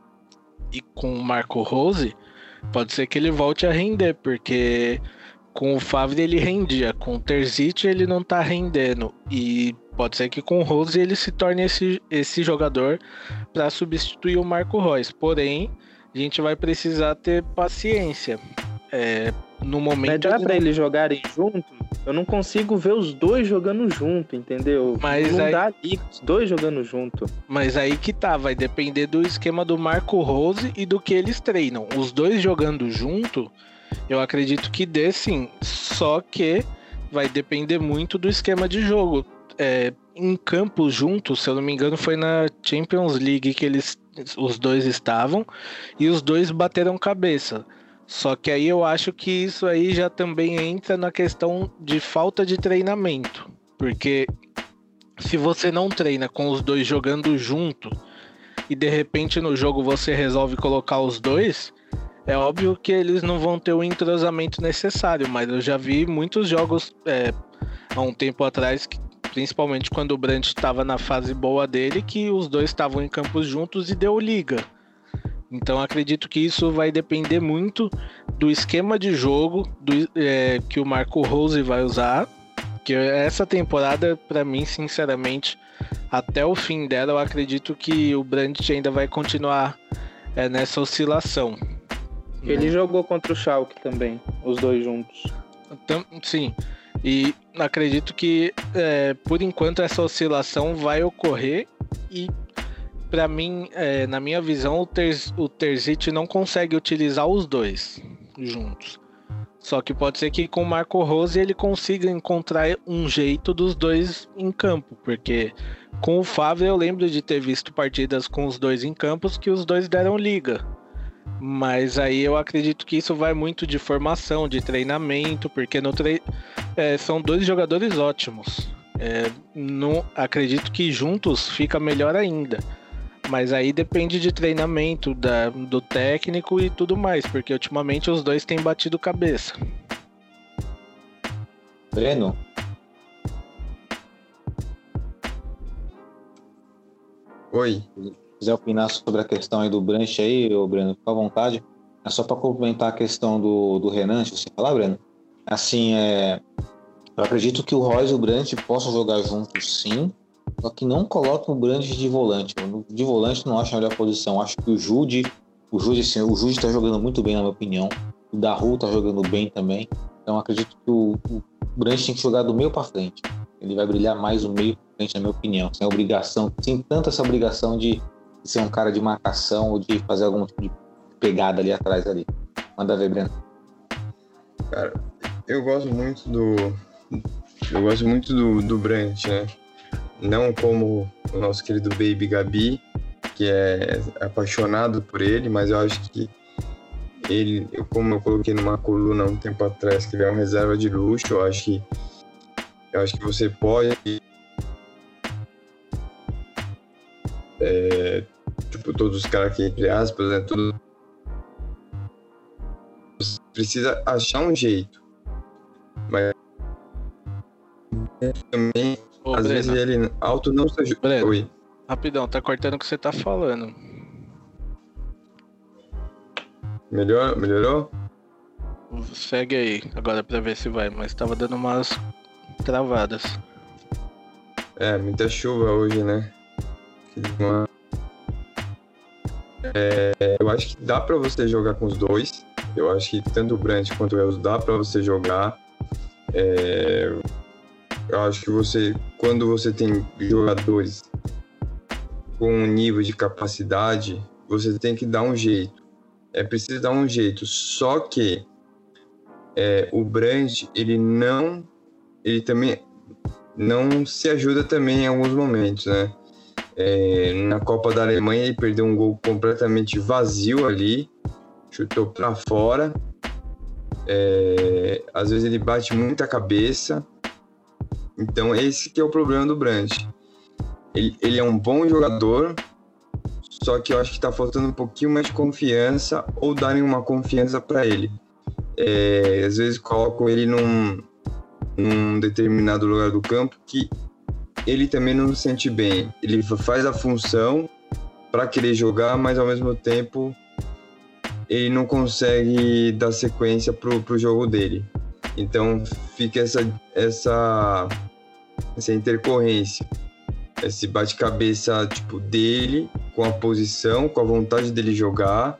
e com o Marco Rose, pode ser que ele volte a render, porque com o Favre ele rendia, com o Terzic ele não tá rendendo, e pode ser que com o Rose ele se torne esse jogador para substituir o Marco Reus. Porém, a gente vai precisar ter paciência. No momento. Mas dá para eles jogarem junto? Eu não consigo ver os dois jogando junto, entendeu? Mas não aí... dá ali, os dois jogando junto. Mas aí que tá, vai depender do esquema do Marco Rose e do que eles treinam. Os dois jogando junto, eu acredito que dê sim. Só que vai depender muito do esquema de jogo. Em campo juntos, se eu não me engano, foi na Champions League que os dois estavam e os dois bateram cabeça. Só que aí eu acho que isso aí já também entra na questão de falta de treinamento. Porque se você não treina com os dois jogando junto e de repente no jogo você resolve colocar os dois, é óbvio que eles não vão ter o entrosamento necessário. Mas eu já vi muitos jogos há um tempo atrás, principalmente quando o Brandt estava na fase boa dele, que os dois estavam em campos juntos e deu liga. Então acredito que isso vai depender muito do esquema de jogo que o Marco Rose vai usar, que essa temporada, para mim, sinceramente, até o fim dela, eu acredito que o Brandt ainda vai continuar nessa oscilação. Ele jogou contra o Schalke também, os dois juntos. Sim, e acredito que por enquanto essa oscilação vai ocorrer e para mim, na minha visão, o Terzic não consegue utilizar os dois juntos. Só que pode ser que com o Marco Rose ele consiga encontrar um jeito dos dois em campo, porque com o Favre eu lembro de ter visto partidas com os dois em campos que os dois deram liga. Mas aí eu acredito que isso vai muito de formação, de treinamento, porque são dois jogadores ótimos. Não acredito que juntos fica melhor ainda. Mas aí depende de treinamento do técnico e tudo mais, porque ultimamente os dois têm batido cabeça. Breno? Oi. Se quiser opinar sobre a questão aí do Brandt aí, Breno, fica à vontade. É só para complementar a questão do Renan, se você falar, Breno. Assim, eu acredito que o Reus e o Brandt possam jogar juntos, sim. Só que não coloca o Brandt de volante. De volante não acho a melhor posição. Acho que o Jude está jogando muito bem, na minha opinião. O Daru está jogando bem também. Então acredito que o Brandt tem que jogar do meio para frente. Ele vai brilhar mais no meio para frente, na minha opinião. Sem tanto essa obrigação de ser um cara de marcação ou de fazer algum tipo de pegada ali atrás ali. Manda ver, Breno. Cara, eu gosto muito do Brandt, né? Não como o nosso querido Baby Gabi, que é apaixonado por ele, mas eu acho que ele, como eu coloquei numa coluna um tempo atrás, que ele é uma reserva de luxo, eu acho que você pode todos os caras aqui, entre aspas, né, tudo, você precisa achar um jeito, mas também às vezes ele alto não se ajuda. Oi. Rapidão, tá cortando o que você tá falando. Melhorou? Segue aí agora pra ver se vai, mas tava dando umas travadas. Muita chuva hoje, né? Eu acho que dá pra você jogar com os dois. Eu acho que tanto o Brandt quanto o Elzo dá pra você jogar. Eu acho que quando você tem jogadores com um nível de capacidade, você tem que dar um jeito. É preciso dar um jeito. Só que o Brandt, ele também não se ajuda também em alguns momentos, né? Na Copa da Alemanha ele perdeu um gol completamente vazio ali, chutou para fora. Às vezes ele bate muita cabeça. Então esse que é o problema do Brandt. Ele é um bom jogador, só que eu acho que está faltando um pouquinho mais de confiança, ou darem uma confiança para ele. Às vezes colocam ele num determinado lugar do campo que ele também não se sente bem. Ele faz a função para querer jogar, mas ao mesmo tempo ele não consegue dar sequência pro jogo dele. Então fica essa intercorrência, esse bate-cabeça tipo dele com a posição, com a vontade dele jogar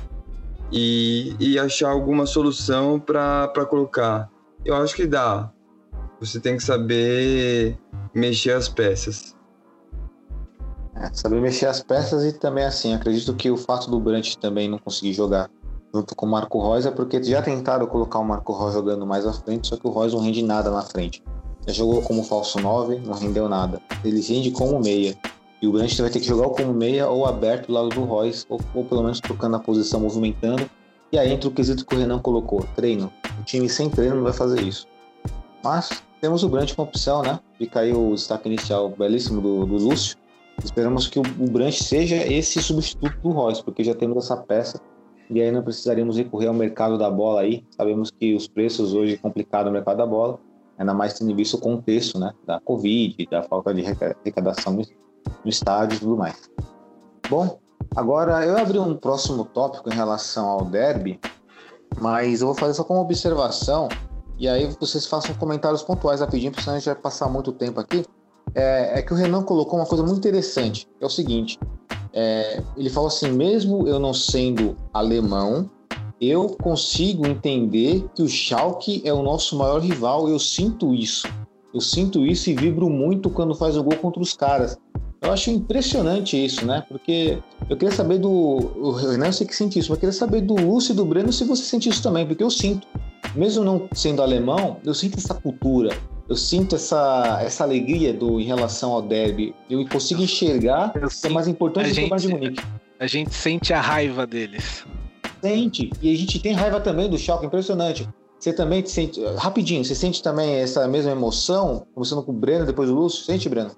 e achar alguma solução para colocar. Eu acho que dá. Você tem que saber mexer as peças. Saber mexer as peças. E também assim, acredito que o fato do Brandt também não conseguir jogar junto com o Marco Reus é porque já tentaram colocar o Marco Reus jogando mais à frente, só que o Reus não rende nada na frente. Já jogou como falso 9, não rendeu nada. Ele rende como meia. E o Brandt vai ter que jogar como meia ou aberto do lado do Reus, ou pelo menos trocando a posição, movimentando. E aí entra o quesito que o Renan colocou, treino. O time sem treino não vai fazer isso. Mas temos o Brandt como opção, né? Fica aí o destaque inicial belíssimo do Lúcio. Esperamos que o Brandt seja esse substituto do Reus, porque já temos essa peça e aí não precisaríamos recorrer ao mercado da bola aí. Sabemos que os preços hoje é complicado no mercado da bola, ainda mais tendo visto o contexto, né? Da Covid, da falta de arrecadação no estádio e tudo mais. Bom, agora eu abri um próximo tópico em relação ao derby, mas eu vou fazer só como observação. E aí vocês façam comentários pontuais rapidinho, porque senão a gente vai passar muito tempo aqui. É que o Renan colocou uma coisa muito interessante. É o seguinte, ele falou assim, mesmo eu não sendo alemão, eu consigo entender que o Schalke é o nosso maior rival. Eu sinto isso e vibro muito quando faz o gol contra os caras. Eu acho impressionante isso, né? Porque eu queria saber o Renan, eu sei que sente isso, mas eu queria saber do Lúcio e do Breno se você sente isso também, porque eu sinto. Mesmo não sendo alemão, eu sinto essa cultura, eu sinto essa alegria em relação ao derby. Eu consigo enxergar que é mais importante do que o Bayern de Munique. A gente sente a raiva deles. Sente, e a gente tem raiva também do Schalke, impressionante. Você também sente, rapidinho, você sente também essa mesma emoção, começando com o Breno, depois o Lúcio? Sente, Breno?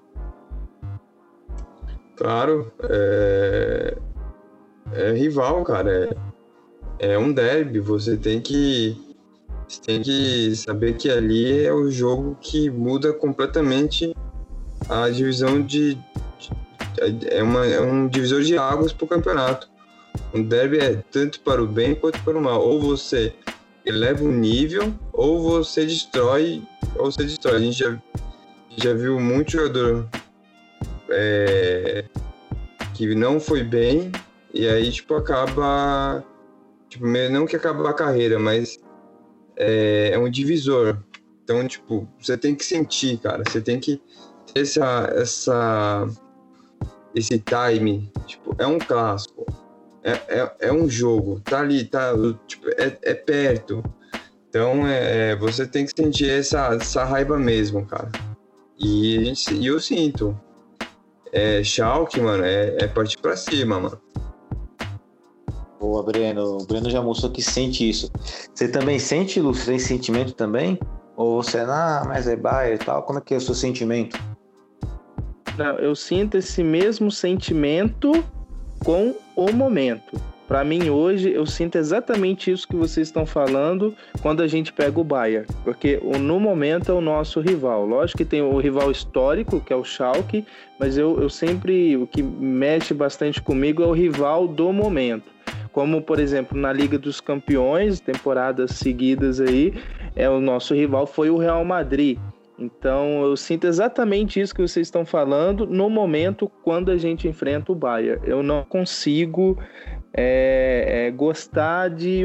Claro, é rival, cara, é um derby, você tem que saber que ali é o jogo que muda completamente a divisão é um divisor de águas para o campeonato. Um derby é tanto para o bem quanto para o mal, ou você eleva o nível, ou você destrói. A gente já viu muito jogador que não foi bem, e aí acaba, não que acaba a carreira, mas é um divisor. Então, você tem que sentir, cara, você tem que ter esse time, é um clássico, é um jogo, tá ali, é perto. Então, você tem que sentir essa raiva mesmo, cara. E eu sinto. Schalke, mano, é partir pra cima, mano. Boa, Breno. O Breno já mostrou que sente isso. Você também sente, Lúcio? Tem sentimento também? Ou você, mas é Bayern e tal? Como é que é o seu sentimento? Não, eu sinto esse mesmo sentimento com o momento. Para mim, hoje, eu sinto exatamente isso que vocês estão falando quando a gente pega o Bayern. Porque no momento é o nosso rival. Lógico que tem o rival histórico, que é o Schalke, mas eu sempre, o que mexe bastante comigo é o rival do momento. Como, por exemplo, na Liga dos Campeões, temporadas seguidas aí, o nosso rival foi o Real Madrid. Então, eu sinto exatamente isso que vocês estão falando no momento quando a gente enfrenta o Bayern. Eu não consigo gostar de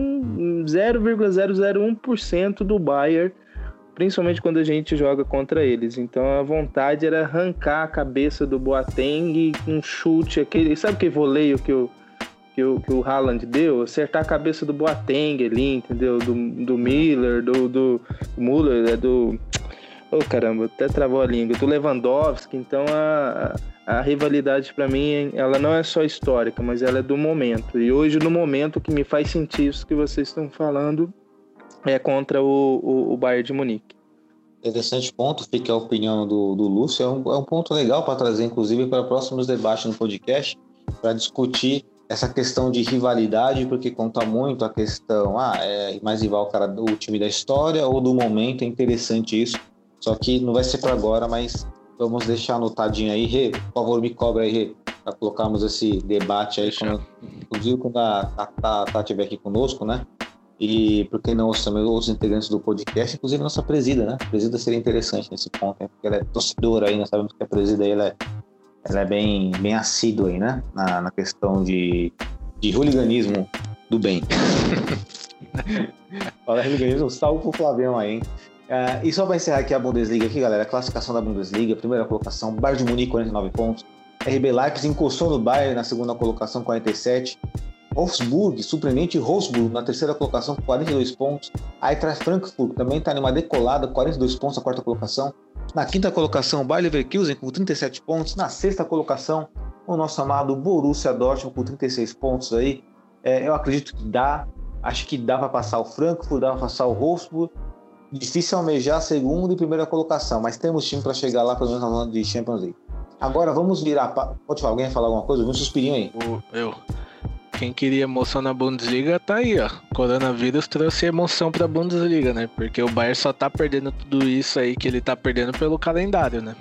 0,001% do Bayern, principalmente quando a gente joga contra eles. Então, a vontade era arrancar a cabeça do Boateng com um chute, sabe aquele voleio que o Haaland deu? Acertar a cabeça do Boateng ali, entendeu? Do Miller, do Müller, Oh, caramba, até travou a língua. Do Lewandowski. Então, a rivalidade, para mim, ela não é só histórica, mas ela é do momento. E hoje, no momento, que me faz sentir isso que vocês estão falando é contra o Bayern de Munique. Interessante ponto, fica a opinião do Lúcio. É um ponto legal para trazer, inclusive, para próximos debates no podcast, para discutir essa questão de rivalidade, porque conta muito a questão, é mais rival o time da história ou do momento. É interessante isso. Só que não vai ser para agora, mas vamos deixar anotadinho aí. Rê, por favor, me cobra aí, Rê, para colocarmos esse debate aí, inclusive quando a Tata estiver aqui conosco, né? E por que não também outros integrantes do podcast, inclusive nossa presida, né? A presida seria interessante nesse ponto, né? Porque ela é torcedora aí, nós sabemos que a presida aí, ela é bem assídua aí, né? Na questão de hooliganismo do bem. Fala hooliganismo, salve pro Flavião aí, hein? E só para encerrar aqui a Bundesliga aqui, galera, a classificação da Bundesliga, primeira colocação, Bayern de Munique 49 pontos, RB Leipzig encostou no Bayern na segunda colocação 47, Wolfsburg, surpreendente Wolfsburg na terceira colocação 42 pontos, Eintracht Frankfurt também está numa decolada, 42 pontos na quarta colocação, na quinta colocação Bayer Leverkusen com 37 pontos, na sexta colocação o nosso amado Borussia Dortmund com 36 pontos aí. Eu acredito que acho que dá para passar o Frankfurt, dá para passar o Wolfsburg. Difícil almejar a segunda e primeira colocação, mas temos time para chegar lá, pelo menos na zona de Champions League. Agora vamos virar. Pode falar, alguém falar alguma coisa? Um suspirinho aí. Quem queria emoção na Bundesliga tá aí, ó. Coronavírus trouxe emoção pra Bundesliga, né? Porque o Bayern só tá perdendo tudo isso aí que ele tá perdendo pelo calendário, né?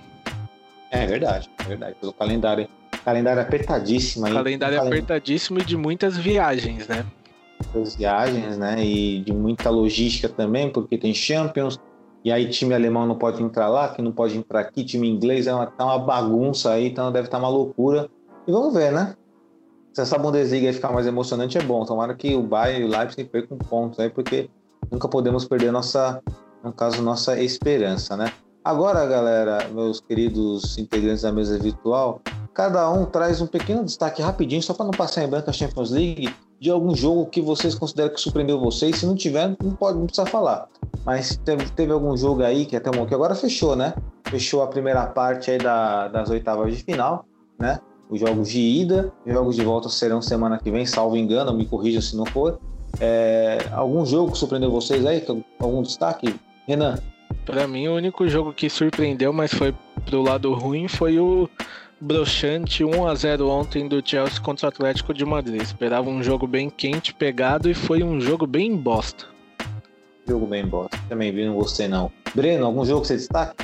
É verdade. Pelo calendário. Calendário apertadíssimo aí. Calendário apertadíssimo e de muitas viagens, né? Viagens, né, e de muita logística também, porque tem Champions, e aí time alemão não pode entrar lá, que não pode entrar aqui, time inglês tá uma bagunça aí, então deve estar uma loucura, e vamos ver, né, se essa Bundesliga aí ficar mais emocionante é bom, tomara que o Bayern e o Leipzig percam pontos aí, porque nunca podemos perder nossa esperança, né. Agora, galera, meus queridos integrantes da mesa virtual, cada um traz um pequeno destaque rapidinho, só para não passar em branco a Champions League, de algum jogo que vocês consideram que surpreendeu vocês. Se não tiver, não precisa falar. Mas teve algum jogo aí que que agora fechou, né? Fechou a primeira parte aí das oitavas de final, né? Os jogos de ida, os jogos de volta serão semana que vem, salvo engano, me corrija se não for. Algum jogo que surpreendeu vocês aí? Algum destaque? Renan? Pra mim, o único jogo que surpreendeu, mas foi pro lado ruim, foi o broxante 1-0 ontem do Chelsea contra o Atlético de Madrid. Esperava um jogo bem quente, pegado, e foi um jogo bem bosta. Jogo bem bosta. Também vi, não gostei não. Breno, algum jogo que você destaca?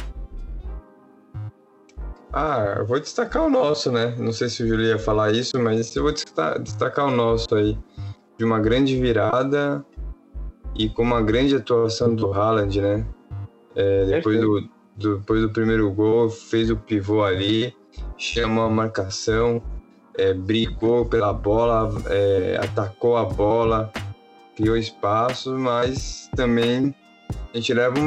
Eu vou destacar o nosso, né? Não sei se o Júlio ia falar isso, mas eu vou destacar o nosso aí. De uma grande virada e com uma grande atuação do Haaland, né? Depois do primeiro gol, fez o pivô ali, chamou a marcação, brigou pela bola, atacou a bola, criou espaço, mas também a gente levava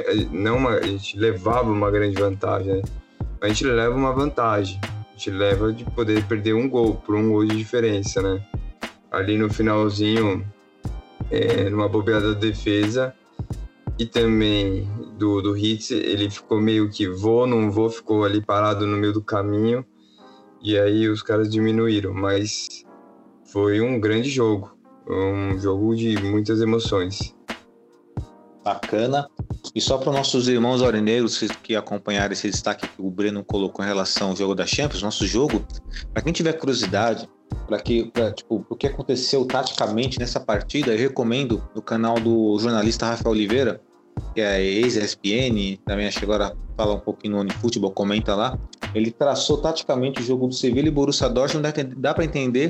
uma grande vantagem, né? A gente leva uma vantagem, a gente leva de poder perder um gol, por um gol de diferença, né? Ali no finalzinho, numa bobeada da defesa, e também do Hitz, ele ficou meio que não vou, ficou ali parado no meio do caminho, e aí os caras diminuíram, mas foi um grande jogo, um jogo de muitas emoções. Bacana. E só para os nossos irmãos aurinegros que acompanharam esse destaque que o Breno colocou em relação ao jogo da Champions, nosso jogo, para quem tiver curiosidade, o que aconteceu taticamente nessa partida, eu recomendo no canal do jornalista Rafael Oliveira, que é ex-ESPN, também acho que agora fala um pouquinho no OneFootball, comenta lá. Ele traçou taticamente o jogo do Sevilla e Borussia Dortmund, dá para entender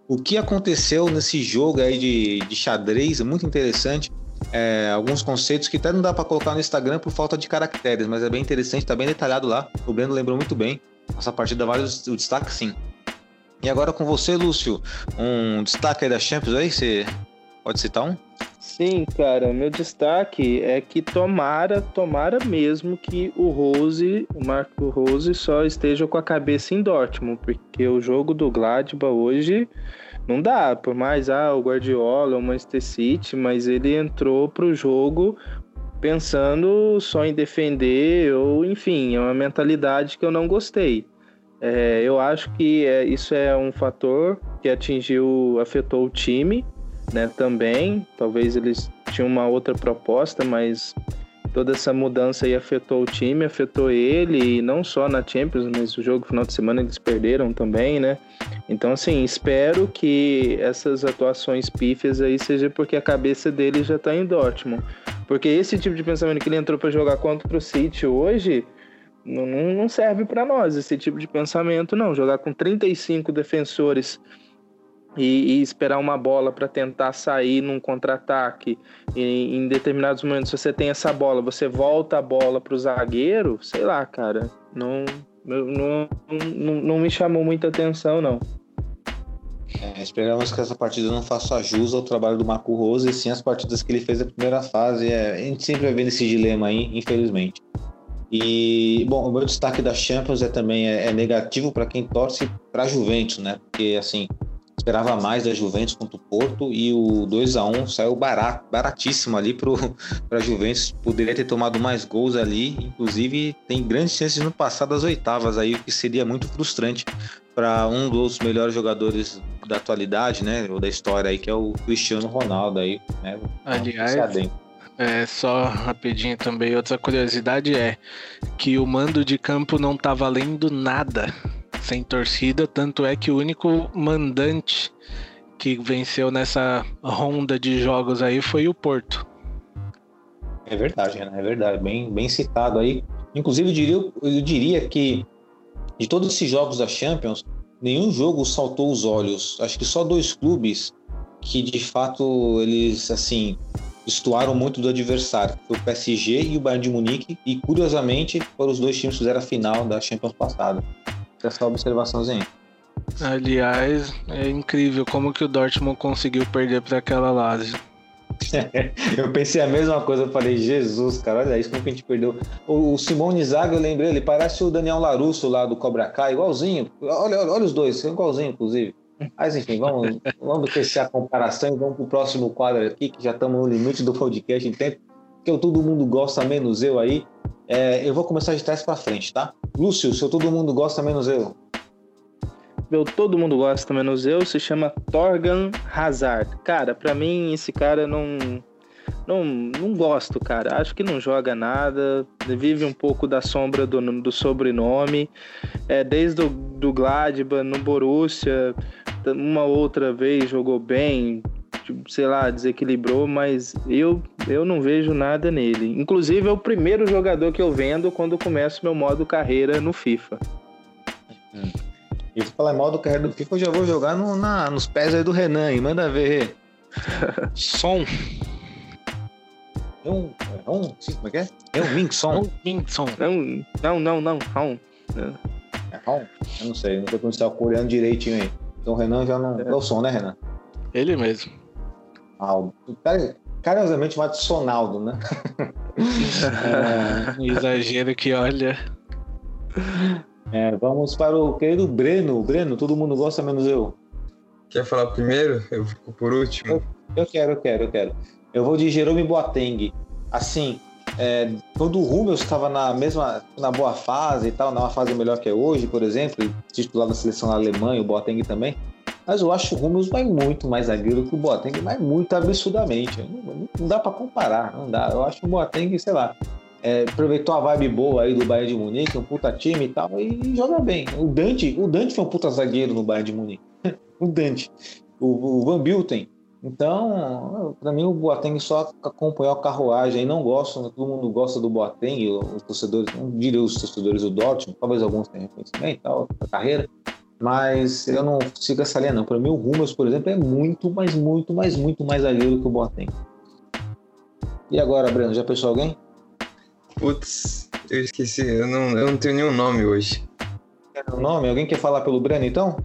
o que aconteceu nesse jogo aí de xadrez, muito interessante. Alguns conceitos que até não dá para colocar no Instagram por falta de caracteres, mas é bem interessante, tá bem detalhado lá. O Breno lembrou muito bem. Essa partida vale o destaque, sim. E agora com você, Lúcio, um destaque aí da Champions aí, você pode citar um? Sim, cara, meu destaque é que tomara mesmo que o Marco Rose só esteja com a cabeça em Dortmund, porque o jogo do Gladbach hoje não dá, por mais o Guardiola, o Manchester City, mas ele entrou pro jogo pensando só em defender, ou enfim, é uma mentalidade que eu não gostei. Eu acho que isso é um fator que afetou o time, né, também. Talvez eles tinham uma outra proposta, mas toda essa mudança aí afetou o time, afetou ele, e não só na Champions, mas o jogo final de semana eles perderam também, né? Então, assim, espero que essas atuações pífias aí seja porque a cabeça dele já tá em Dortmund. Porque esse tipo de pensamento que ele entrou para jogar contra o City hoje não serve para nós, esse tipo de pensamento não. Jogar com 35 defensores e esperar uma bola para tentar sair num contra-ataque, e em determinados momentos você tem essa bola, você volta a bola para o zagueiro, sei lá, cara, não me chamou muita atenção, não. Esperamos que essa partida não faça jus ao trabalho do Marco Rose, e sim as partidas que ele fez na primeira fase. A gente sempre vai vendo esse dilema aí, infelizmente. E, bom, o meu destaque da Champions também é negativo para quem torce para a Juventus, né? Porque, assim, esperava mais da Juventus contra o Porto, e o 2-1 saiu baratíssimo ali para a Juventus. Poderia ter tomado mais gols ali, inclusive tem grandes chances de não passar das oitavas aí, o que seria muito frustrante para um dos melhores jogadores da atualidade, né, ou da história aí, que é o Cristiano Ronaldo aí, né? Aliás, só rapidinho também, outra curiosidade é que o mando de campo não tá valendo nada sem torcida, tanto é que o único mandante que venceu nessa ronda de jogos aí foi o Porto. É verdade, né? É verdade, bem citado aí. Inclusive, eu diria que de todos esses jogos da Champions, nenhum jogo saltou os olhos. Acho que só 2 clubes que, de fato, eles, assim, destoaram muito do adversário. Foi o PSG e o Bayern de Munique, e, curiosamente, foram os 2 times que fizeram a final da Champions passada. Essa observaçãozinha. Aliás, é incrível como que o Dortmund conseguiu perder para aquela Lazio. Eu pensei a mesma coisa, eu falei, Jesus, cara, olha isso, como que a gente perdeu. O Simone Zaga, eu lembrei, ele parece o Daniel Larusso lá do Cobra Kai, igualzinho. Olha os dois, igualzinho, inclusive. Mas enfim, vamos deixar a comparação e vamos pro próximo quadro aqui, que já estamos no limite do podcast, entende? Porque todo mundo gosta, menos eu aí. Eu vou começar de trás para frente, tá? Lúcio, seu todo mundo gosta, menos eu. Meu todo mundo gosta, menos eu, se chama Thorgan Hazard. Cara, pra mim esse cara não gosto, cara. Acho que não joga nada, vive um pouco da sombra do sobrenome. Desde do Gladbach, no Borussia, uma outra vez jogou bem, sei lá, desequilibrou, mas eu não vejo nada nele. Inclusive é o primeiro jogador que eu vendo quando começo meu modo carreira no FIFA. E pra falar modo carreira do FIFA, eu já vou jogar nos pés aí do Renan, e manda ver. Som. Como é que é? Wingson. Não. Eu não sei pronunciar o coreano direitinho aí. Então o Renan já não... É o som, né, Renan? Ele mesmo. O cara, carinhosamente chamado Sonaldo, né? Um exagero que olha... Vamos para o querido Breno. Breno, todo mundo gosta, menos eu. Quer falar primeiro? Eu fico por último. Eu quero. Eu vou de Jerome Boateng. Assim, quando o Hummels estava na boa fase e tal, numa fase melhor que é hoje, por exemplo, titular da seleção da Alemanha, o Boateng também, mas eu acho que o Hummels vai muito mais zagueiro que o Boateng, vai muito absurdamente. Não dá para comparar, não dá. Eu acho que o Boateng, sei lá, aproveitou a vibe boa aí do Bayern de Munique, um puta time e tal, e joga bem. O Dante foi um puta zagueiro no Bayern de Munique. O Dante. O Van Bilten. Então, para mim, o Boateng só acompanhou a carruagem aí. Não gosto, todo mundo gosta do Boateng, os torcedores, não diria os torcedores do Dortmund, talvez alguns tenham conhecimento e tal, a carreira. mas eu não sigo essa linha não. Para mim o Hummels, por exemplo, é muito mais zagueiro que o Boateng. E agora, Breno, já pensou alguém? Putz, eu esqueci, eu não tenho nenhum nome hoje. Quer um nome? Alguém quer falar pelo Breno, então?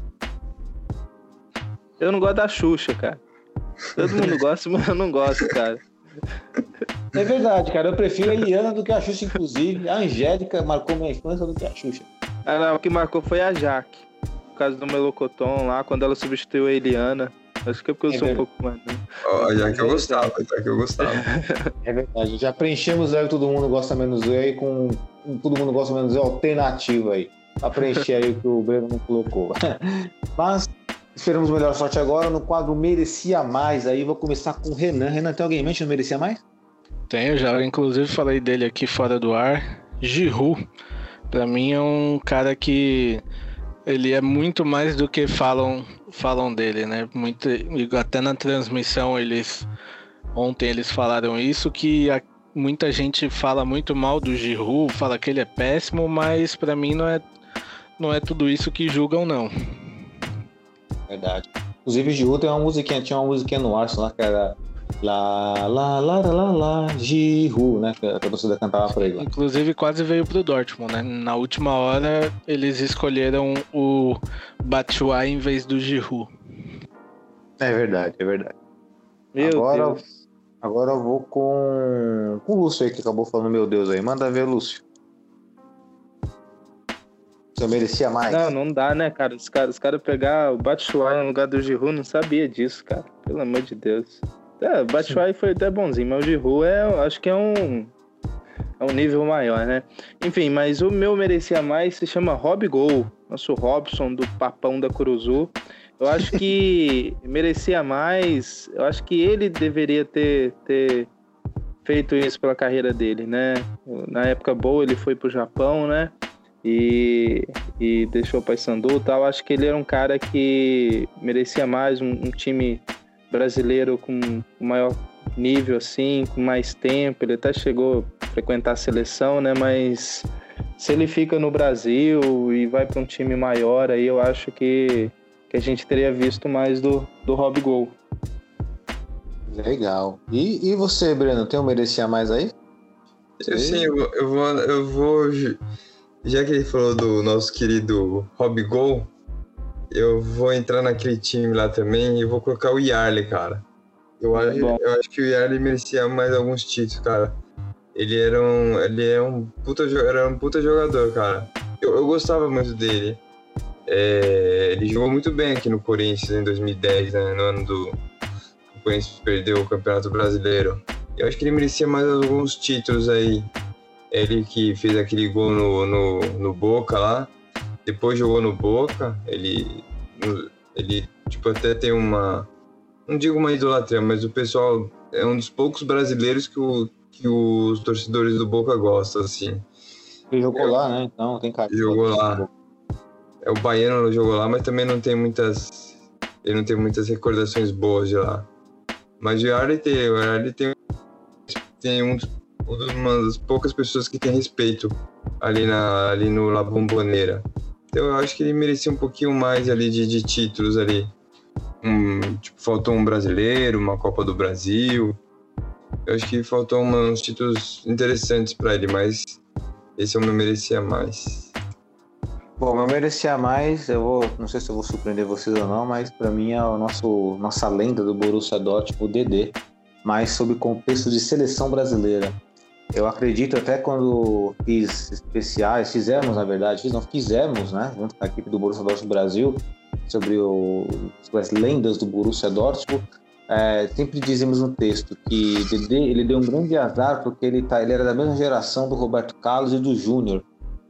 Eu não gosto da Xuxa, cara. Todo mundo gosta, mas eu não gosto, cara. É verdade, cara. Eu prefiro a Eliana do que a Xuxa, inclusive. A Angélica marcou minha infância do que a Xuxa. Não, o que marcou foi a Jaque. Por causa do Melocoton lá, quando ela substituiu a Eliana. Acho que é porque eu sou um pouco mais... Já que eu gostava. É verdade. Já preenchemos aí, todo mundo gosta menos eu aí com... Todo mundo gosta menos eu, alternativa aí. Pra preencher aí o que o Breno não colocou. Mas... Esperamos melhor sorte agora no quadro Merecia Mais. Aí vou começar com o Renan. Renan, tem alguém em mente no Merecia Mais? Tenho, já inclusive falei dele aqui fora do ar. Giroud, pra mim é um cara que ele é muito mais do que falam dele, né? Até na transmissão ontem eles falaram isso, que muita gente fala muito mal do Giroud, fala que ele é péssimo, mas pra mim não é tudo isso que julgam, não. Verdade. Inclusive, o Giroud tinha uma musiquinha no Arsenal lá que era lá, Giroud, né? Que a torcida cantava por aí lá. Inclusive, quase veio pro Dortmund, né? Na última hora, eles escolheram o Batshuayi em vez do Giroud. É verdade. Agora eu vou com o Lúcio aí, que acabou falando meu Deus aí. Manda ver, Lúcio. Eu merecia mais. Não dá, né, cara? Os caras pegar o Batshuayi no lugar do Giroud, não sabia disso, cara. Pelo amor de Deus. O Batshuayi foi até bonzinho, mas o Giroud acho que é um nível maior, né? Enfim, mas o meu merecia mais se chama Robigol, nosso Robson do Papão da Curuzu. Eu acho que merecia mais, eu acho que ele deveria ter feito isso pela carreira dele, né? Na época boa ele foi pro Japão, né? E deixou o Paysandu e tal. Acho que ele era um cara que merecia mais um time brasileiro com maior nível, assim, com mais tempo. Ele até chegou a frequentar a seleção, né? Mas se ele fica no Brasil e vai para um time maior, aí eu acho que a gente teria visto mais do Robigol. Legal. E você, Breno, tem um merecia mais aí? Sim, eu vou... Já que ele falou do nosso querido Robigol, eu vou entrar naquele time lá também e vou colocar o Yarley, cara. Eu acho que o Yarley merecia mais alguns títulos, cara. Ele era um puta jogador, cara. Eu gostava muito dele. Ele jogou muito bem aqui no Corinthians em 2010, né, no ano do o Corinthians perdeu o Campeonato Brasileiro. Eu acho que ele merecia mais alguns títulos aí. Ele que fez aquele gol no Boca lá, depois jogou no Boca, ele tipo, até tem não digo uma idolatria, mas o pessoal é um dos poucos brasileiros que os torcedores do Boca gostam, assim. Ele jogou lá, né? Então tem cara. Jogou lá. O baiano jogou lá, mas também ele não tem muitas recordações boas de lá. Mas o Yarley tem uma das poucas pessoas que tem respeito ali no La Bombonera. Então eu acho que ele merecia um pouquinho mais ali de títulos ali. Faltou um brasileiro, uma Copa do Brasil. Eu acho que faltou uns títulos interessantes para ele, mas esse eu não merecia mais. Bom, meu merecia mais, não sei se eu vou surpreender vocês ou não, mas para mim é nossa lenda do Borussia Dortmund, o Dedé, mas sob contexto de seleção brasileira. Eu acredito até quando fizemos, né, junto com a equipe do Borussia Dortmund Brasil, sobre as lendas do Borussia Dortmund, sempre dizemos no texto que Dedé, ele deu um grande azar porque ele era da mesma geração do Roberto Carlos e do Júnior.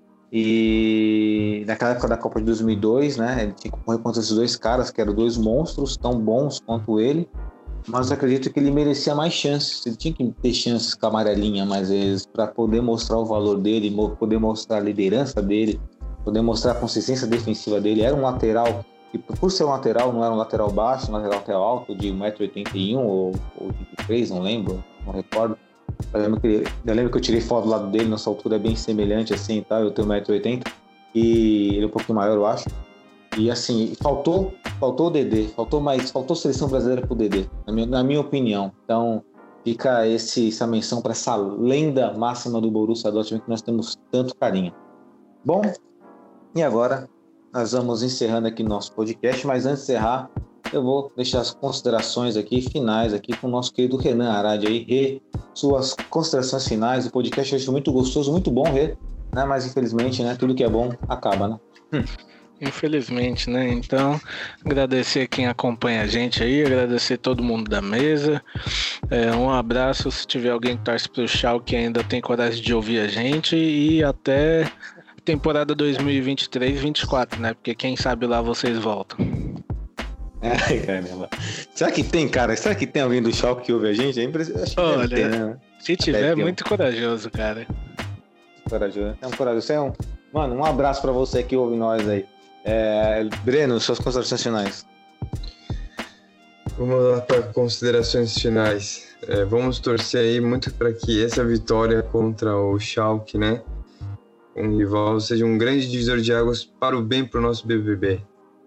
E naquela época da Copa de 2002, né, ele tinha que correr contra esses dois caras, que eram dois monstros, tão bons quanto ele. Mas eu acredito que ele merecia mais chances. Ele tinha que ter chances com a amarelinha mais vezes para poder mostrar o valor dele, poder mostrar a liderança dele, poder mostrar a consistência defensiva dele. Era um lateral, e por ser um lateral, não era um lateral baixo, um lateral até alto, de 1,81m ou 83, não lembro, não recordo. Eu lembro que eu tirei foto do lado dele, nossa altura é bem semelhante assim, tá? Eu tenho 1,80m e ele é um pouquinho maior, eu acho. E assim, faltou o Dedê, faltou seleção brasileira pro Dedê, na minha opinião. Então, fica essa menção para essa lenda máxima do Borussia Dortmund que nós temos tanto carinho. Bom, e agora nós vamos encerrando aqui nosso podcast, mas antes de encerrar, eu vou deixar as considerações aqui finais aqui com o nosso querido Renan Aradi aí. Suas considerações finais. O podcast hoje foi muito gostoso, muito bom, Rê, né? Mas infelizmente, né, tudo que é bom acaba, né? Infelizmente, né? Então, agradecer a quem acompanha a gente aí, agradecer todo mundo da mesa. Um abraço se tiver alguém que torce pro Schalke que ainda tem coragem de ouvir a gente, e até temporada 2023-24, né? Porque quem sabe lá vocês voltam. Ai, caramba. Será que tem, cara? Será que tem alguém do Schalke que ouve a gente? Olha, ter, né? Se tiver, é muito corajoso, cara. Corajoso. É um corajoso. Você é Mano, um abraço pra você que ouve nós aí. Breno, suas considerações finais. Vamos lá para considerações finais. Vamos torcer aí muito para que essa vitória contra o Schalke, né, um rival, seja um grande divisor de águas para o bem pro nosso BBB.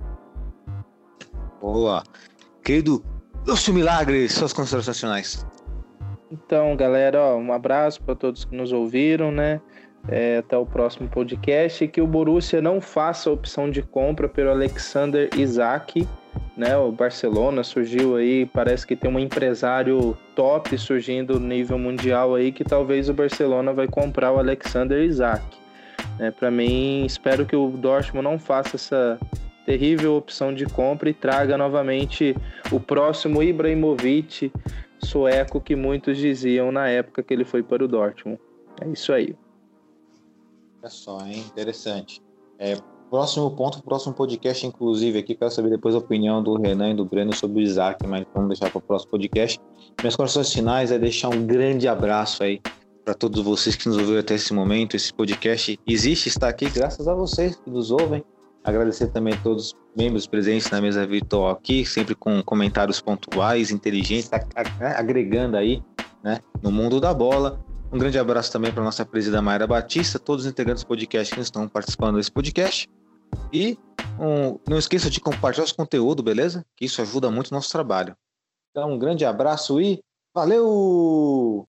Boa. Querido Lúcio Milagre, suas considerações finais. Então, galera, um abraço para todos que nos ouviram, né? Até o próximo podcast. E que o Borussia não faça a opção de compra pelo Alexander Isak, né? O Barcelona surgiu aí, parece que tem um empresário top surgindo no nível mundial aí, que talvez o Barcelona vai comprar o Alexander Isak. Para mim, espero que o Dortmund não faça essa terrível opção de compra e traga novamente o próximo Ibrahimovic sueco que muitos diziam na época que ele foi para o Dortmund. É isso aí. Olha só, hein? Interessante. Próximo ponto, próximo podcast, inclusive, aqui, quero saber depois a opinião do Renan e do Breno sobre o Isaac, mas vamos deixar para o próximo podcast. Minhas considerações finais é deixar um grande abraço aí para todos vocês que nos ouviram até esse momento. Esse podcast existe, está aqui graças a vocês que nos ouvem. Agradecer também a todos os membros presentes na mesa virtual aqui, sempre com comentários pontuais, inteligentes, agregando aí, né, no mundo da bola. Um grande abraço também para a nossa presidenta Mayra Batista, todos os integrantes do podcast que estão participando desse podcast. E não esqueça de compartilhar esse conteúdo, beleza? Que isso ajuda muito o nosso trabalho. Então, um grande abraço e valeu!